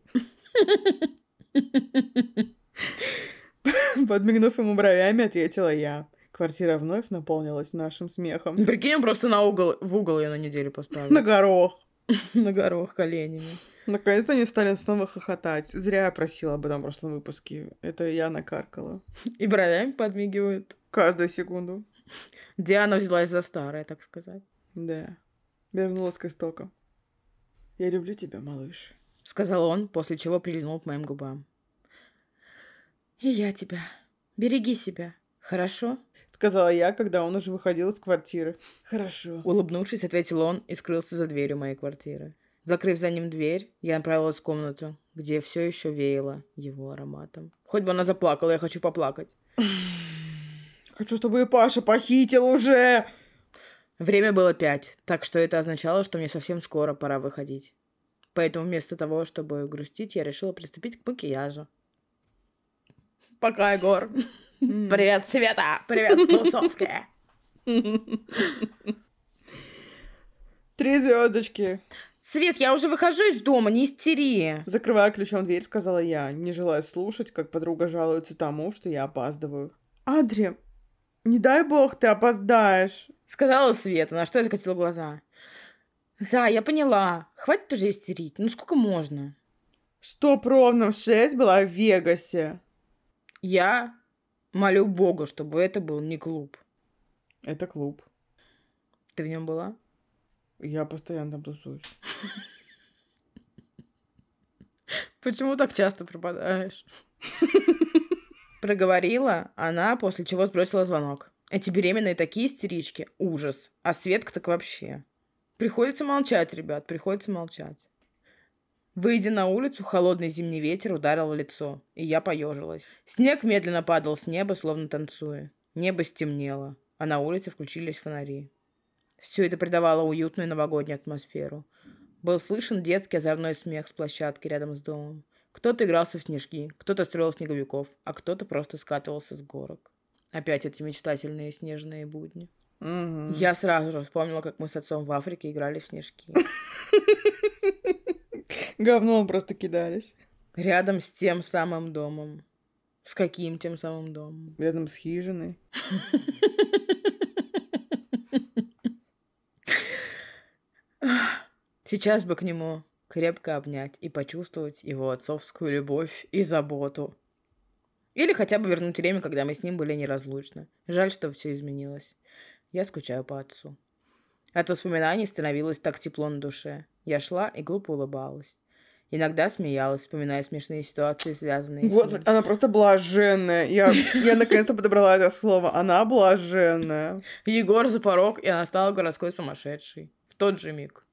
Подмигнув ему бровями, ответила я. Квартира вновь наполнилась нашим смехом. Прикинь, он просто в угол ее на неделю поставил. На горох. На горох коленями. Наконец-то они стали снова хохотать. Зря я просила об этом в прошлом выпуске. Это я накаркала. И бровями подмигивают. Каждую секунду. Диана взялась за старое, так сказать. Да. Вернулась к истокам. Я люблю тебя, малыш. Сказал он, после чего прильнул к моим губам. И я тебя. Береги себя. Хорошо? Сказала я, когда он уже выходил из квартиры. Хорошо. Улыбнувшись, ответил он и скрылся за дверью моей квартиры. Закрыв за ним дверь, я направилась в комнату, где все еще веяло его ароматом. Хоть бы она заплакала, я хочу поплакать. Хочу, чтобы и Паша похитил уже. Время было 5, так что это означало, что мне совсем скоро пора выходить. Поэтому вместо того, чтобы грустить, я решила приступить к макияжу. Пока, Егор. Привет, Света! Привет, тусовки! 3 звездочки. Свет, я уже выхожу из дома, не истери. Закрывая ключом дверь, сказала я, не желая слушать, как подруга жалуется тому, что я опаздываю. Адри, не дай бог ты опоздаешь. Сказала Света, на что я закатила глаза. За, я поняла. Хватит уже истерить. Ну сколько можно? Чтоб ровно в 6 была в Вегасе. Я молю Бога, чтобы это был не клуб. Это клуб. Ты в нем была? Я постоянно там тусуюсь. Почему так часто пропадаешь? Проговорила она, после чего сбросила звонок. Эти беременные такие истерички. Ужас. А Светка так вообще. Приходится молчать, ребят, приходится молчать. Выйдя на улицу, холодный зимний ветер ударил в лицо, и я поежилась. Снег медленно падал с неба, словно танцуя. Небо стемнело, а на улице включились фонари. Все это придавало уютную новогоднюю атмосферу. Был слышен детский озорной смех с площадки рядом с домом. Кто-то игрался в снежки, кто-то строил снеговиков, а кто-то просто скатывался с горок. Опять эти мечтательные снежные будни. Угу. Я сразу же вспомнила, как мы с отцом в Африке играли в снежки. Говном просто кидались. Рядом с тем самым домом. С каким тем самым домом? Рядом с хижиной. Сейчас бы к нему крепко обнять и почувствовать его отцовскую любовь и заботу. Или хотя бы вернуть время, когда мы с ним были неразлучны. Жаль, что все изменилось. Я скучаю по отцу. От воспоминаний становилось так тепло на душе. Я шла и глупо улыбалась. Иногда смеялась, вспоминая смешные ситуации, связанные с ним. Вот, она просто блаженная. Я наконец-то подобрала это слово. Она блаженная. Егор за порог, и она стала городской сумасшедшей. В тот же миг.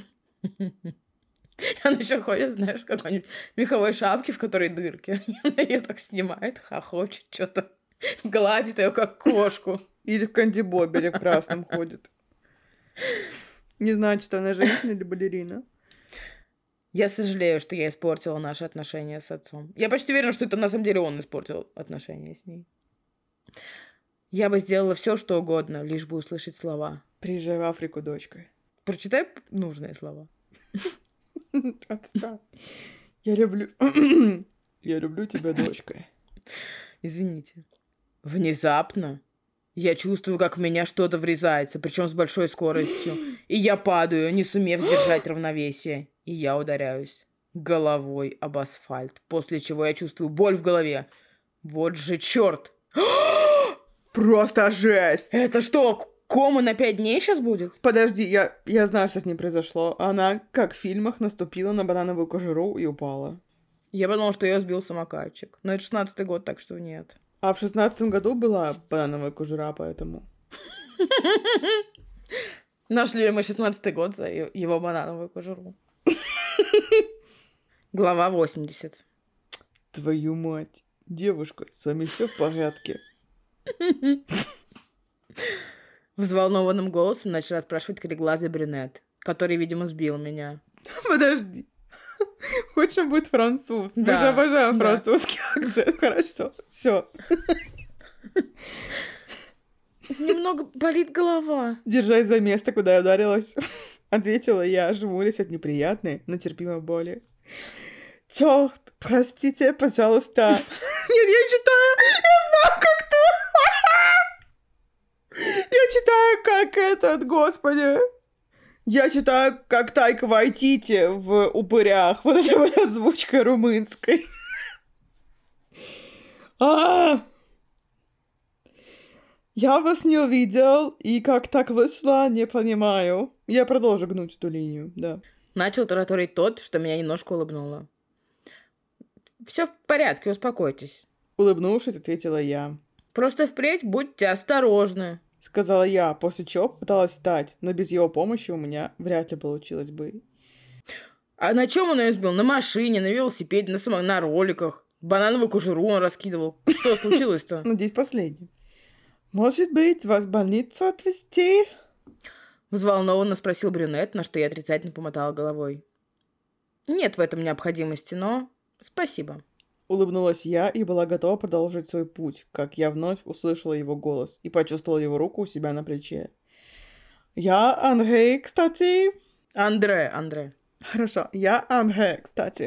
Она еще ходит, знаешь, в какой-нибудь меховой шапке, в которой дырки. Она ее так снимает, хохочет, что-то гладит ее, как кошку. Или в кандибобере в красном ходит. Не знаю, что она женщина или балерина. Я сожалею, что я испортила наши отношения с отцом. Я почти уверена, что это на самом деле он испортил отношения с ней. Я бы сделала все, что угодно, лишь бы услышать слова. Приезжай в Африку, дочка. Прочитай нужные слова. Отстань. Я люблю тебя, дочка. Извините. Внезапно я чувствую, как в меня что-то врезается, причем с большой скоростью. И я падаю, не сумев сдержать равновесие. И я ударяюсь головой об асфальт, после чего я чувствую боль в голове. Вот же черт! Просто жесть! Это что, кома на 5 дней сейчас будет? Подожди, я знаю, что с ней произошло. Она, как в фильмах, наступила на банановую кожуру и упала. Я подумала, что ее сбил самокатчик. Но это 16-й год, так что нет. А в 16-м году была банановая кожура, поэтому... Наш любимый 16-й год за его банановую кожуру. Глава 80. Твою мать. Девушка, с вами все в порядке? Взволнованным голосом начала спрашивать кореглазый брюнет, который, видимо, сбил меня. Подожди. Хочешь, он будет француз? Мы Да, же обожаем да. французский акцент. Хорошо, все. Немного болит голова. Держась за место, куда я ударилась, ответила я, жмурясь от неприятной, но терпимой боли. Чёрт, простите, пожалуйста. Нет, я читаю, я знаю, как то. Я читаю, как этот, господи. Я читаю, как Тайка Вайтити в «Упырях». Вот это вот озвучка румынской. Я вас не увидел, и как так вышло, не понимаю. Я продолжу гнуть эту линию, да. Начал тараторить тот, что меня немножко улыбнуло. Все в порядке, успокойтесь. Улыбнувшись, ответила я. Просто впредь будьте осторожны. Сказала я, после чего попыталась встать, но без его помощи у меня вряд ли получилось бы. А на чем он ее сбил? На машине, на велосипеде, на роликах. Банановую кожуру он раскидывал. Что случилось-то? Надеюсь, последний. Может быть, вас в больницу отвезти? Взволнованно спросил брюнет, на что я отрицательно помотала головой. Нет в этом необходимости, но спасибо. Улыбнулась я и была готова продолжить свой путь, как я вновь услышала его голос и почувствовала его руку у себя на плече. Я Андрей, кстати. Андре. Хорошо, я Андрей, кстати.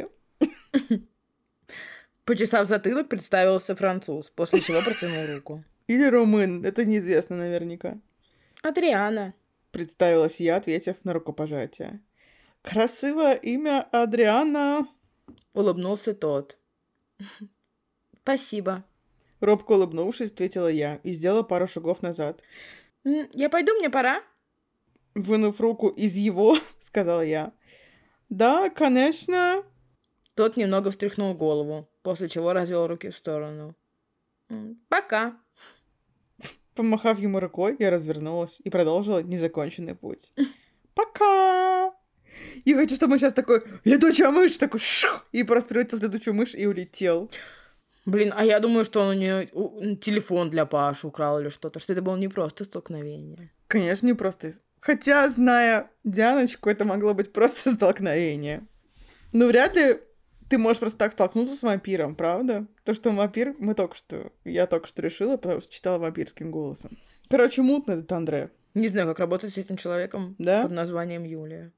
Почесав затылок, представился француз, после чего протянул руку. Или румын, это неизвестно наверняка. Адриана. Представилась я, ответив на рукопожатие. Красивое имя Адриана. Улыбнулся тот. Спасибо. Робко улыбнувшись, ответила я и сделала пару шагов назад. Я пойду, мне пора. Вынув руку из его, сказала я. Да, конечно. Тот немного встряхнул голову, после чего развел руки в сторону. Пока. Помахав ему рукой, я развернулась и продолжила незаконченный путь. Пока! Я хочу, чтобы он сейчас такой летучая мышь, такой шух, и просто превратился в летучую мышь и улетел. Блин, а я думаю, что он у нее телефон для Паши украл или что-то, что это было не просто столкновение. Конечно, не просто. Хотя, зная Дианочку, это могло быть просто столкновение. Но вряд ли ты можешь просто так столкнуться с вампиром, правда? То, что он вампир, я только что решила, потому что читала вампирским голосом. Короче, мутно этот Андре. Не знаю, как работать с этим человеком под названием Юлия.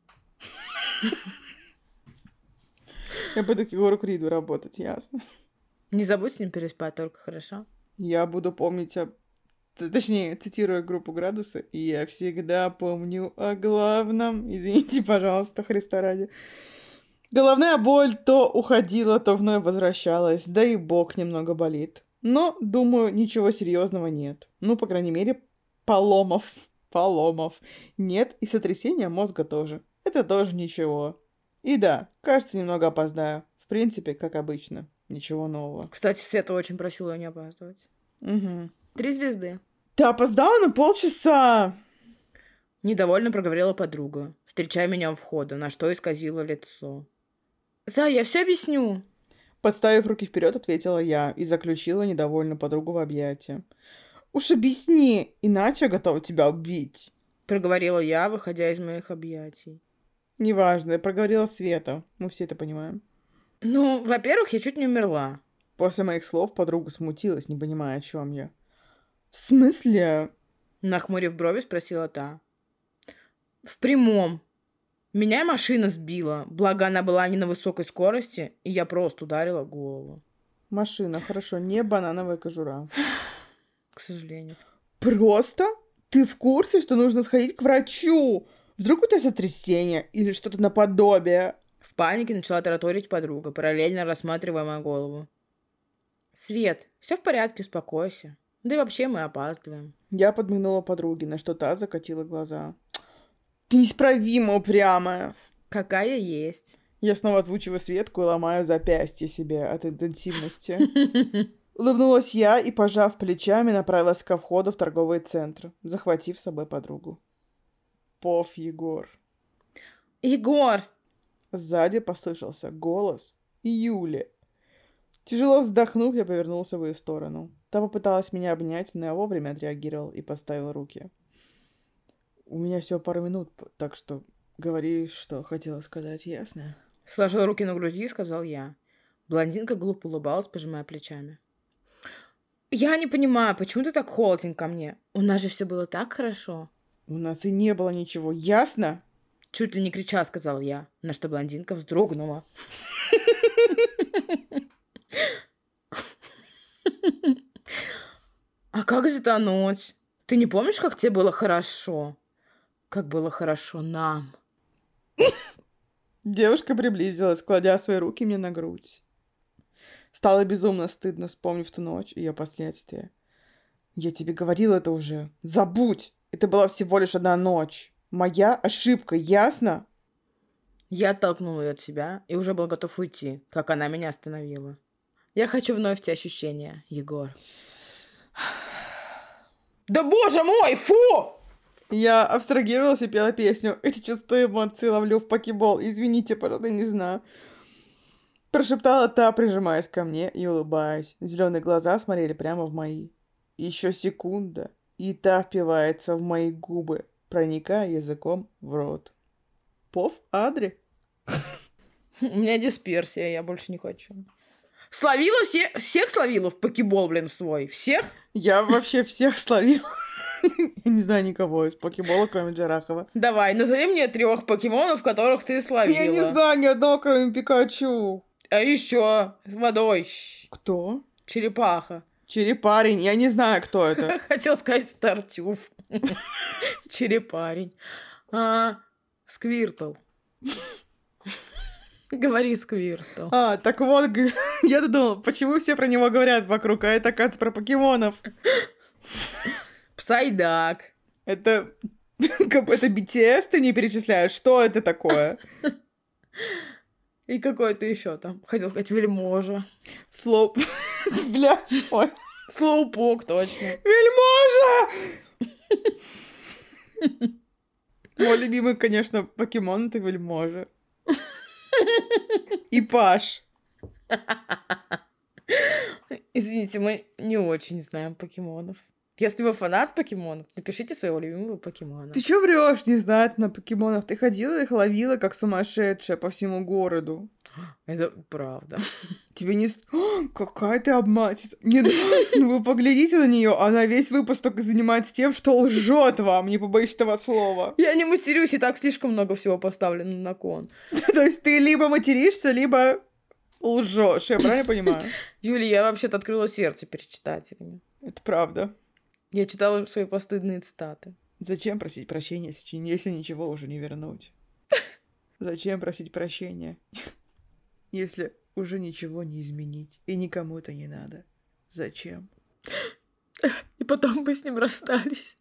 Я пойду к Егору Криду работать, ясно. Не забудь с ним переспать, только хорошо. Я буду помнить точнее, цитируя группу «Градусы», и я всегда помню о главном. Извините, пожалуйста, Христа ради. Головная боль то уходила, то вновь возвращалась, да и бок немного болит. Но, думаю, ничего серьезного нет. Ну, по крайней мере, поломов нет, и сотрясения мозга тоже. Это тоже ничего. И да, кажется, немного опоздаю. В принципе, как обычно. Ничего нового. Кстати, Света очень просила ее не опаздывать. Угу. 3 звезды. Ты опоздала на полчаса. Недовольно проговорила подруга, встречая меня у входа, на что исказило лицо. Я все объясню. Подставив руки вперед, ответила я и заключила недовольную подругу в объятия. Уж объясни, иначе я готова тебя убить. Проговорила я, выходя из моих объятий. Неважно, я проговорила Света. Мы все это понимаем. Ну, во-первых, я чуть не умерла. После моих слов подруга смутилась, не понимая, о чем я. В смысле? Нахмурив брови, спросила та. В прямом. Меня машина сбила, благо она была не на высокой скорости, и я просто ударила голову. Машина, хорошо, не банановая кожура. К сожалению. Просто? Ты в курсе, что нужно сходить к врачу? Вдруг у тебя сотрясение или что-то наподобие? В панике начала тараторить подруга, параллельно рассматривая мою голову. Свет, все в порядке, успокойся. Да и вообще мы опаздываем. Я подмигнула подруге, на что та закатила глаза. Ты неисправимо упрямая. Какая есть. Я снова озвучиваю Светку и ломаю запястье себе от интенсивности. Улыбнулась я и, пожав плечами, направилась ко входу в торговый центр, захватив с собой подругу. Пов Егор. Егор! Сзади послышался голос Юли. Тяжело вздохнув, я повернулся в ее сторону. Та попыталась меня обнять, но я вовремя отреагировал и подставил руки. У меня всего пару минут, так что говори, что хотела сказать, ясно? Сложил руки на груди и сказал я. Блондинка глупо улыбалась, пожимая плечами. Я не понимаю, почему ты так холоден ко мне? У нас же все было так хорошо. У нас и не было ничего, ясно? Чуть ли не крича, сказал я, на что блондинка вздрогнула. А как же та ночь? Ты не помнишь, как тебе было хорошо? Как было хорошо нам. Девушка приблизилась, кладя свои руки мне на грудь. Стало безумно стыдно, вспомнив ту ночь и ее последствия. Я тебе говорила это уже. Забудь! Это была всего лишь одна ночь. Моя ошибка, ясно? Я оттолкнул ее от себя и уже был готов уйти, как она меня остановила. Я хочу вновь те ощущения, Егор. Да боже мой, фу! Я абстрагировалась и пела песню. Эти чувства эмоции ловлю в покебол. Извините, пожалуйста, не знаю. Прошептала та, прижимаясь ко мне и улыбаясь. Зеленые глаза смотрели прямо в мои. Еще секунда, и та впивается в мои губы, проникая языком в рот. Пов Адри? У меня дисперсия, я больше не хочу. Словила всех словила в покебол, блин, свой. Всех? Я вообще всех словила. Я не знаю никого из покебола, кроме Джарахова. Давай, назови мне 3 покемонов, которых ты словила. Я не знаю ни одного, кроме Пикачу. А еще с водой. Кто? Черепаха. Черепарень. Я не знаю, кто это. Хотел сказать Тартюф. Черепарень. Сквиртл. Говори, Сквиртл. Так вот, я думала, почему все про него говорят вокруг, а это, оказывается, про покемонов. Псайдак. Это BTS ты не перечисляешь? Что это такое? И какой-то еще там. Хотел сказать Вельможа. Слоуп. Бля. Ой. Слоупок, точно. Вельможа! Мой любимый, конечно, покемон — это Вельможа. И Паш. Извините, мы не очень знаем покемонов. Если вы фанат покемонов, напишите своего любимого покемона. Ты чё врёшь, не знать на покемонов? Ты ходила их ловила, как сумасшедшая, по всему городу. Это правда. Тебе не... какая ты обманщица. Нет, вы поглядите на нее, она весь выпуск только занимается тем, что лжет вам, не побоюсь этого слова. Я не матерюсь, и так слишком много всего поставлено на кон. То есть ты либо материшься, либо лжешь, я правильно понимаю? Юля, я вообще-то открыла сердце перед читателями. Это правда. Я читала свои постыдные цитаты. Зачем просить прощения, если ничего уже не вернуть? Зачем просить прощения, если уже ничего не изменить, и никому это не надо? Зачем? И потом мы с ним расстались.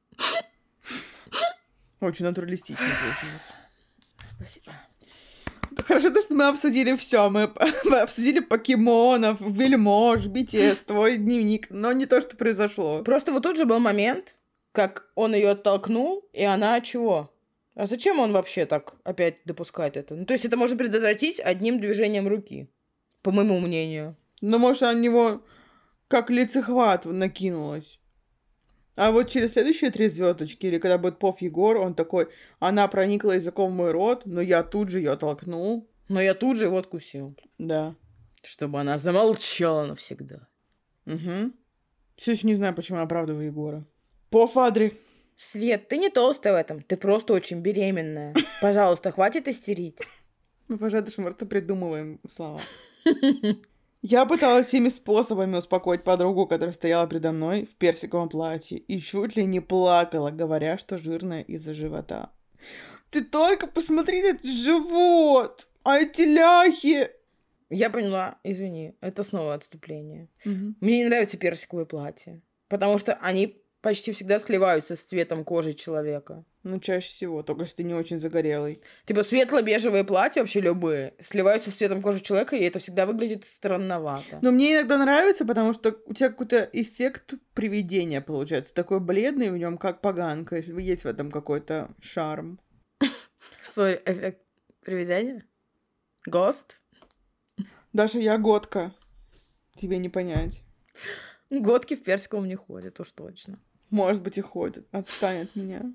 Очень натуралистично получилось. Спасибо. Хорошо, то, что мы обсудили все. Мы обсудили покемонов, Вельмож, BTS, твой дневник, но не то, что произошло. Просто вот тут же был момент, как он ее оттолкнул, и она чего? А зачем он вообще так опять допускает это? Ну, то есть это можно предотвратить одним движением руки, по моему мнению. Ну, может, она на него как лицехват накинулась. А вот через следующие 3 звездочки, или когда будет Пов Егор, он такой, она проникла языком в мой рот, но я тут же ее толкнул. Но я тут же его откусил. Да. Чтобы она замолчала навсегда. Угу. Все еще не знаю, почему я оправдываю Егора. Пов Адри. Свет, ты не толстая в этом, ты просто очень беременная. Пожалуйста, хватит истерить. Мы, пожалуй, просто придумываем слова. Я пыталась всеми способами успокоить подругу, которая стояла передо мной в персиковом платье, и чуть ли не плакала, говоря, что жирная из-за живота. Ты только посмотри на этот живот! А эти ляхи! Я поняла, извини, это снова отступление. Угу. Мне не нравится персиковое платье. Потому что они почти всегда сливаются с цветом кожи человека. Ну, чаще всего, только если ты не очень загорелый. Типа светло-бежевые платья вообще любые сливаются с цветом кожи человека, и это всегда выглядит странновато. Но мне иногда нравится, потому что у тебя какой-то эффект привидения получается. Такой бледный в нем, как поганка. Есть в этом какой-то шарм. Сори, эффект привидения? Гост? Даша, я готка. Тебе не понять. Готки в персиковом не ходят, уж точно. Может быть, и ходит. Отстань от меня.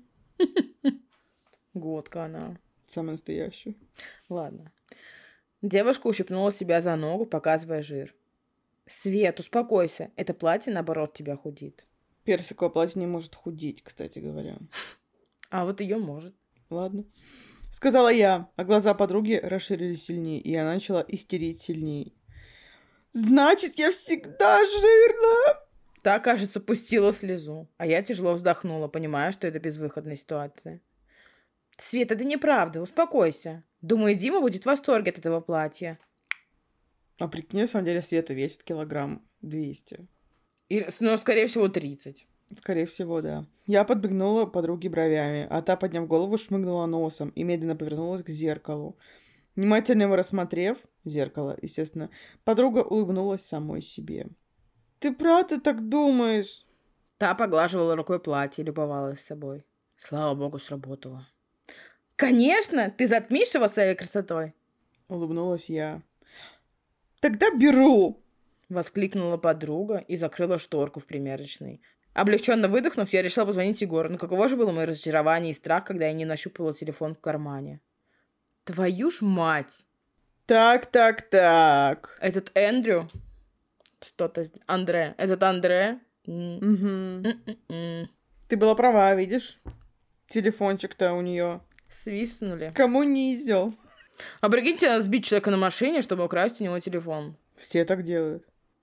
Готка она. Самая настоящая. Ладно. Девушка ущипнула себя за ногу, показывая жир. Свет, успокойся. Это платье, наоборот, тебя худит. Персиковое платье не может худеть, кстати говоря. А вот ее может. Ладно. Сказала я, а глаза подруги расширились сильнее, и она начала истерить сильнее. Значит, я всегда жирная! Та, кажется, пустила слезу, а я тяжело вздохнула, понимая, что это безвыходная ситуация. Света, это неправда, успокойся. Думаю, Дима будет в восторге от этого платья. А прикинь, на самом деле, Света весит килограмм 200. Но, скорее всего, 30. Скорее всего, да. Я подбегнула подруге бровями, а та, подняв голову, шмыгнула носом и медленно повернулась к зеркалу. Внимательно его рассмотрев, зеркало, естественно, подруга улыбнулась самой себе. «Ты правда так думаешь?» Та поглаживала рукой платье и любовалась собой. Слава богу, сработало. «Конечно! Ты затмишь его своей красотой!» Улыбнулась я. «Тогда беру!» Воскликнула подруга и закрыла шторку в примерочной. Облегченно выдохнув, я решила позвонить Егору. Но каково же было мое разочарование и страх, когда я не нащупала телефон в кармане. Твою ж мать! Так. Этот Эндрю... Что-то... Андре. Этот Андре... Угу. Ты была права, видишь? Телефончик-то у нее. Свистнули. Скоммунизил. А прикиньте, надо сбить человека на машине, чтобы украсть у него телефон. Все так делают.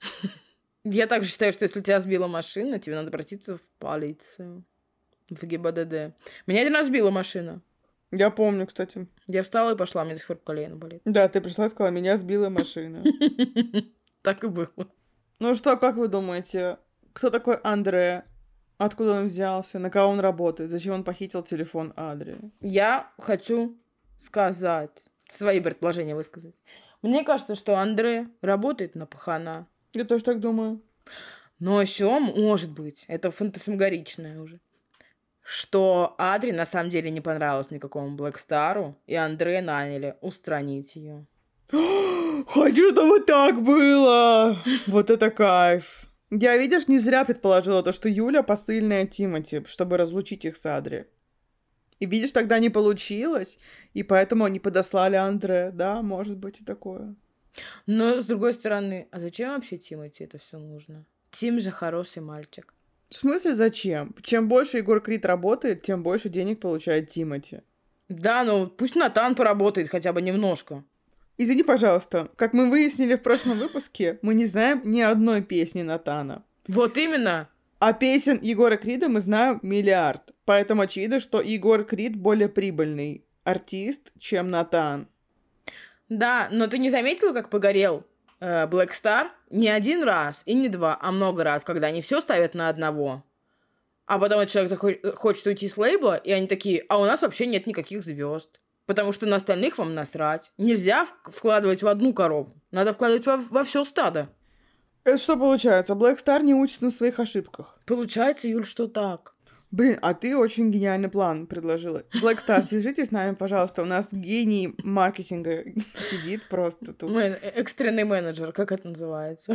Я также считаю, что если тебя сбила машина, тебе надо обратиться в полицию. В ГИБДД. Меня один раз сбила машина. Я помню, кстати. Я встала и пошла, мне до сих пор колено болит. Да, ты пришла и сказала, меня сбила машина. Так и было. Ну что, как вы думаете, кто такой Андре? Откуда он взялся? На кого он работает? Зачем он похитил телефон Адри? Я хочу сказать, свои предположения высказать. Мне кажется, что Андре работает на пахана. Я тоже так думаю. Но еще, может быть, это фантасмагоричное уже, что Адри на самом деле не понравилось никакому Блэкстару, и Андре наняли устранить ее. Хочу, чтобы так было! Вот это кайф! Я, видишь, не зря предположила то, что Юля посыльная Тимати, чтобы разлучить их с Адри. И видишь, тогда не получилось, и поэтому они подослали Андре. Да, может быть и такое. Но, с другой стороны, а зачем вообще Тимати это все нужно? Тим же хороший мальчик. В смысле зачем? Чем больше Егор Крид работает, тем больше денег получает Тимати. Да, ну пусть Натан поработает хотя бы немножко. Извини, пожалуйста, как мы выяснили в прошлом выпуске, мы не знаем ни одной песни Натана. Вот именно. А песен Егора Крида мы знаем миллиард. Поэтому очевидно, что Егор Крид более прибыльный артист, чем Натан. Да, но ты не заметила, как погорел Black Star? Не один раз и не два, а много раз, когда они все ставят на одного. А потом этот человек хочет уйти с лейбла, и они такие, а у нас вообще нет никаких звезд. Потому что на остальных вам насрать. Нельзя вкладывать в одну корову. Надо вкладывать во все стадо. Это что получается? Black Star не учится на своих ошибках. Получается, Юль, что так. Блин, а ты очень гениальный план предложила. Black Star, свяжитесь с нами, пожалуйста. У нас гений маркетинга сидит просто тут. Экстренный менеджер, как это называется?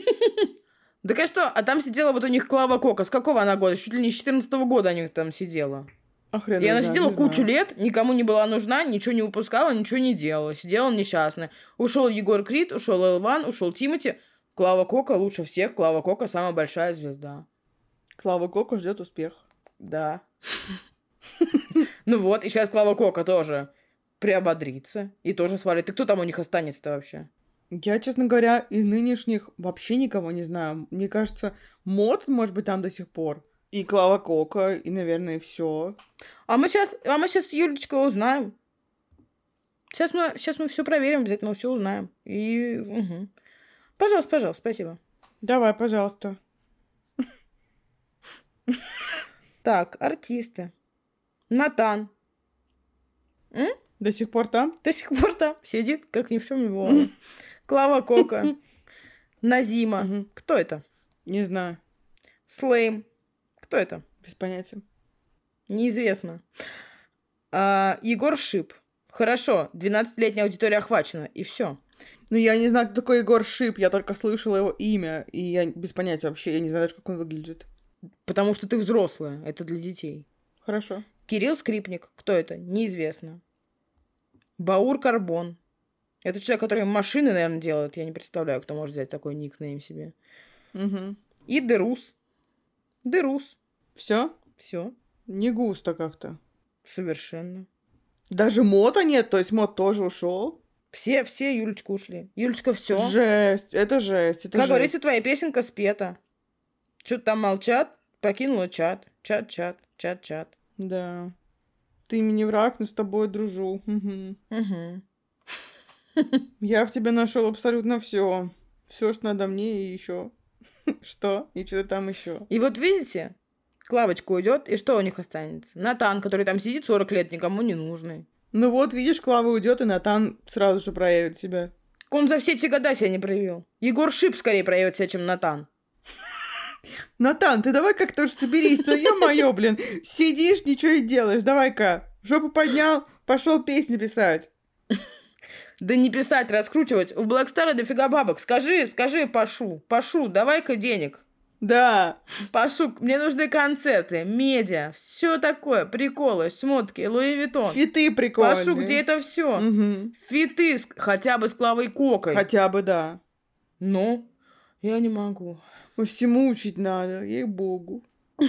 Да а что? А там сидела вот у них Клава Кока. С какого она года? Чуть ли не с 14-го года они там сидела. Охренеть, И она сидела кучу лет, никому не была нужна, ничего не выпускала, ничего не делала. Сидела несчастная. Ушел Егор Крид, ушел Элван, ушел Тимати. Клава Кока лучше всех. Клава Кока самая большая звезда. Клава Кока ждет успех. Да. Ну вот, и сейчас Клава Кока тоже приободрится и тоже свалит. Ты кто там у них останется-то вообще? Я, честно говоря, из нынешних вообще никого не знаю. Мне кажется, Мод, может быть, там до сих пор. И Клава Кока, и, наверное, и все. А мы сейчас Юлечка узнаем. Сейчас мы все проверим, обязательно все узнаем. И... Угу. Пожалуйста, спасибо. Давай, пожалуйста. Так, артисты. Натан. До сих пор там? До сих пор там сидит, как ни в чем не бывало. Клава Кока. Назима. Кто это? Не знаю. Слейм. Кто это? Без понятия. Неизвестно. Егор Шип. Хорошо, 12-летняя аудитория охвачена, и все. Ну, я не знаю, кто такой Егор Шип. Я только слышала его имя, и я без понятия вообще. Я не знаю даже, как он выглядит. Потому что ты взрослая, это для детей. Хорошо. Кирилл Скрипник. Кто это? Неизвестно. Баур Карбон. Это человек, который машины, наверное, делает. Я не представляю, кто может взять такой никнейм себе. Угу. И Дерус. Дерус. Все? Все. Не густо как-то. Совершенно. Даже Мота нет, то есть Мот тоже ушел. Все Юлечка ушли. Юлечка, все. Жесть, это жесть. Это Как жесть. говорится, твоя песенка спета. Что-то там молчат, покинула чат. Чат. Да. Ты мне не враг, но с тобой дружу. Угу. Я в тебе нашел абсолютно все. Все, что надо мне, и еще. Что? И что-то там еще. И вот видите, Клавочка уйдет, и что у них останется? Натан, который там сидит 40 лет, никому не нужный. Ну вот, видишь, Клава уйдет, и Натан сразу же проявит себя. Он за все эти года себя не проявил. Егор Шип скорее проявит себя, чем Натан. Натан, ты давай как-то уж соберись, ну ё-моё, блин. Сидишь, ничего не делаешь, давай-ка. Жопу поднял, пошел песни писать. Да не писать, раскручивать. У Блэкстара дофига бабок. Скажи, Пашу, давай-ка денег. Да. Пашу, мне нужны концерты, медиа, все такое, приколы, шмотки, Луи Виттон. Фиты прикольные. Пашу, где это все? Угу. Фиты хотя бы с Клавой Кокой. Хотя бы, да. Ну, я не могу. Всему учить надо, ей-богу.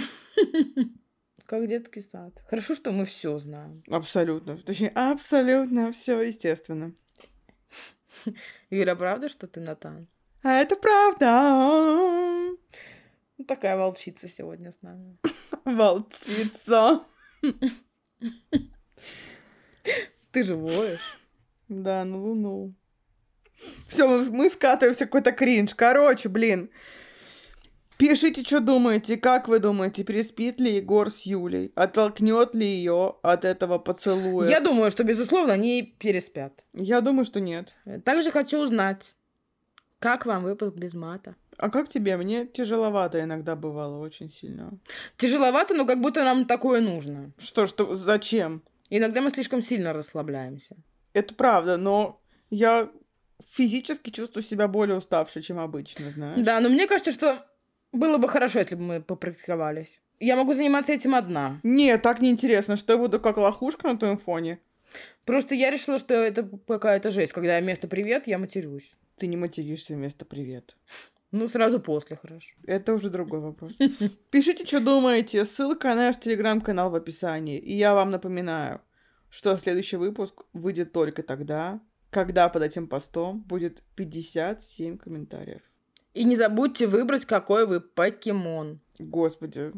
Как детский сад. Хорошо, что мы все знаем. Абсолютно. Точнее, абсолютно все, естественно. Юля, правда, что ты Натан? А это правда. Такая волчица сегодня с нами. Волчица. Ты же воешь. Да, на Луну. Все, мы скатываемся в какой-то кринж. Короче, блин. Пишите, что думаете, как вы думаете, переспит ли Егор с Юлей? Оттолкнет ли ее от этого поцелуя? Я думаю, что, безусловно, они переспят. Я думаю, что нет. Также хочу узнать, как вам выпуск без мата? А как тебе? Мне тяжеловато иногда бывало, очень сильно. Тяжеловато, но как будто нам такое нужно. Что, зачем? Иногда мы слишком сильно расслабляемся. Это правда, но я физически чувствую себя более уставшей, чем обычно, знаешь? Да, но мне кажется, что было бы хорошо, если бы мы попрактиковались. Я могу заниматься этим одна. Нет, так неинтересно, что я буду как лохушка на твоем фоне. Просто я решила, что это какая-то жесть. Когда я вместо «привет», я матерюсь. Ты не материшься вместо «привет». Ну, сразу после, хорошо. Это уже другой вопрос. Пишите, что думаете. Ссылка на наш телеграм-канал в описании. И я вам напоминаю, что следующий выпуск выйдет только тогда, когда под этим постом будет 57 комментариев. И не забудьте выбрать, какой вы покемон. Господи.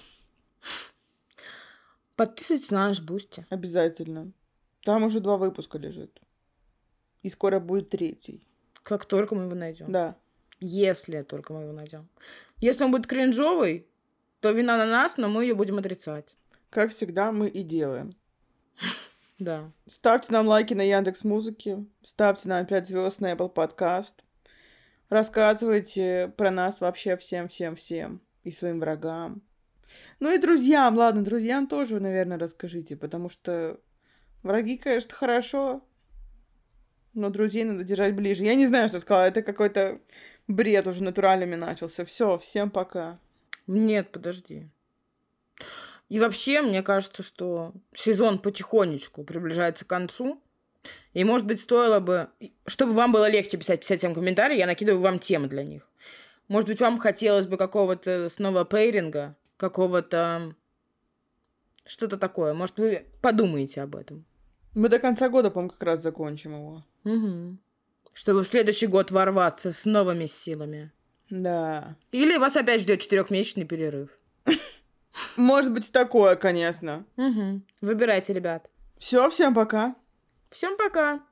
Подписывайтесь на наш Бусти. Обязательно. Там уже 2 выпуска лежит. И скоро будет 3. Как только мы его найдем. Да. Если только мы его найдем. Если он будет кринжовый, то вина на нас, но мы ее будем отрицать. Как всегда мы и делаем. Да. Ставьте нам лайки на Яндекс.Музыке. Ставьте нам 5 звезд на Apple Podcast. Рассказывайте про нас вообще всем. И своим врагам. Ну и друзьям. Ладно, друзьям тоже, наверное, расскажите. Потому что враги, конечно, хорошо. Но друзей надо держать ближе. Я не знаю, что сказала. Это какой-то бред уже натуральными начался. Все, всем пока. Нет, подожди. И вообще, мне кажется, что сезон потихонечку приближается к концу. И, может быть, стоило бы... Чтобы вам было легче писать 57 комментариев, я накидываю вам темы для них. Может быть, вам хотелось бы какого-то снова пейринга, какого-то... Что-то такое. Может, вы подумаете об этом. Мы до конца года, по-моему, как раз закончим его. Угу. Чтобы в следующий год ворваться с новыми силами. Да. Или вас опять ждет 4-месячный перерыв. Может быть, такое, конечно. Угу. Выбирайте, ребят. Все, всем пока. Всем пока.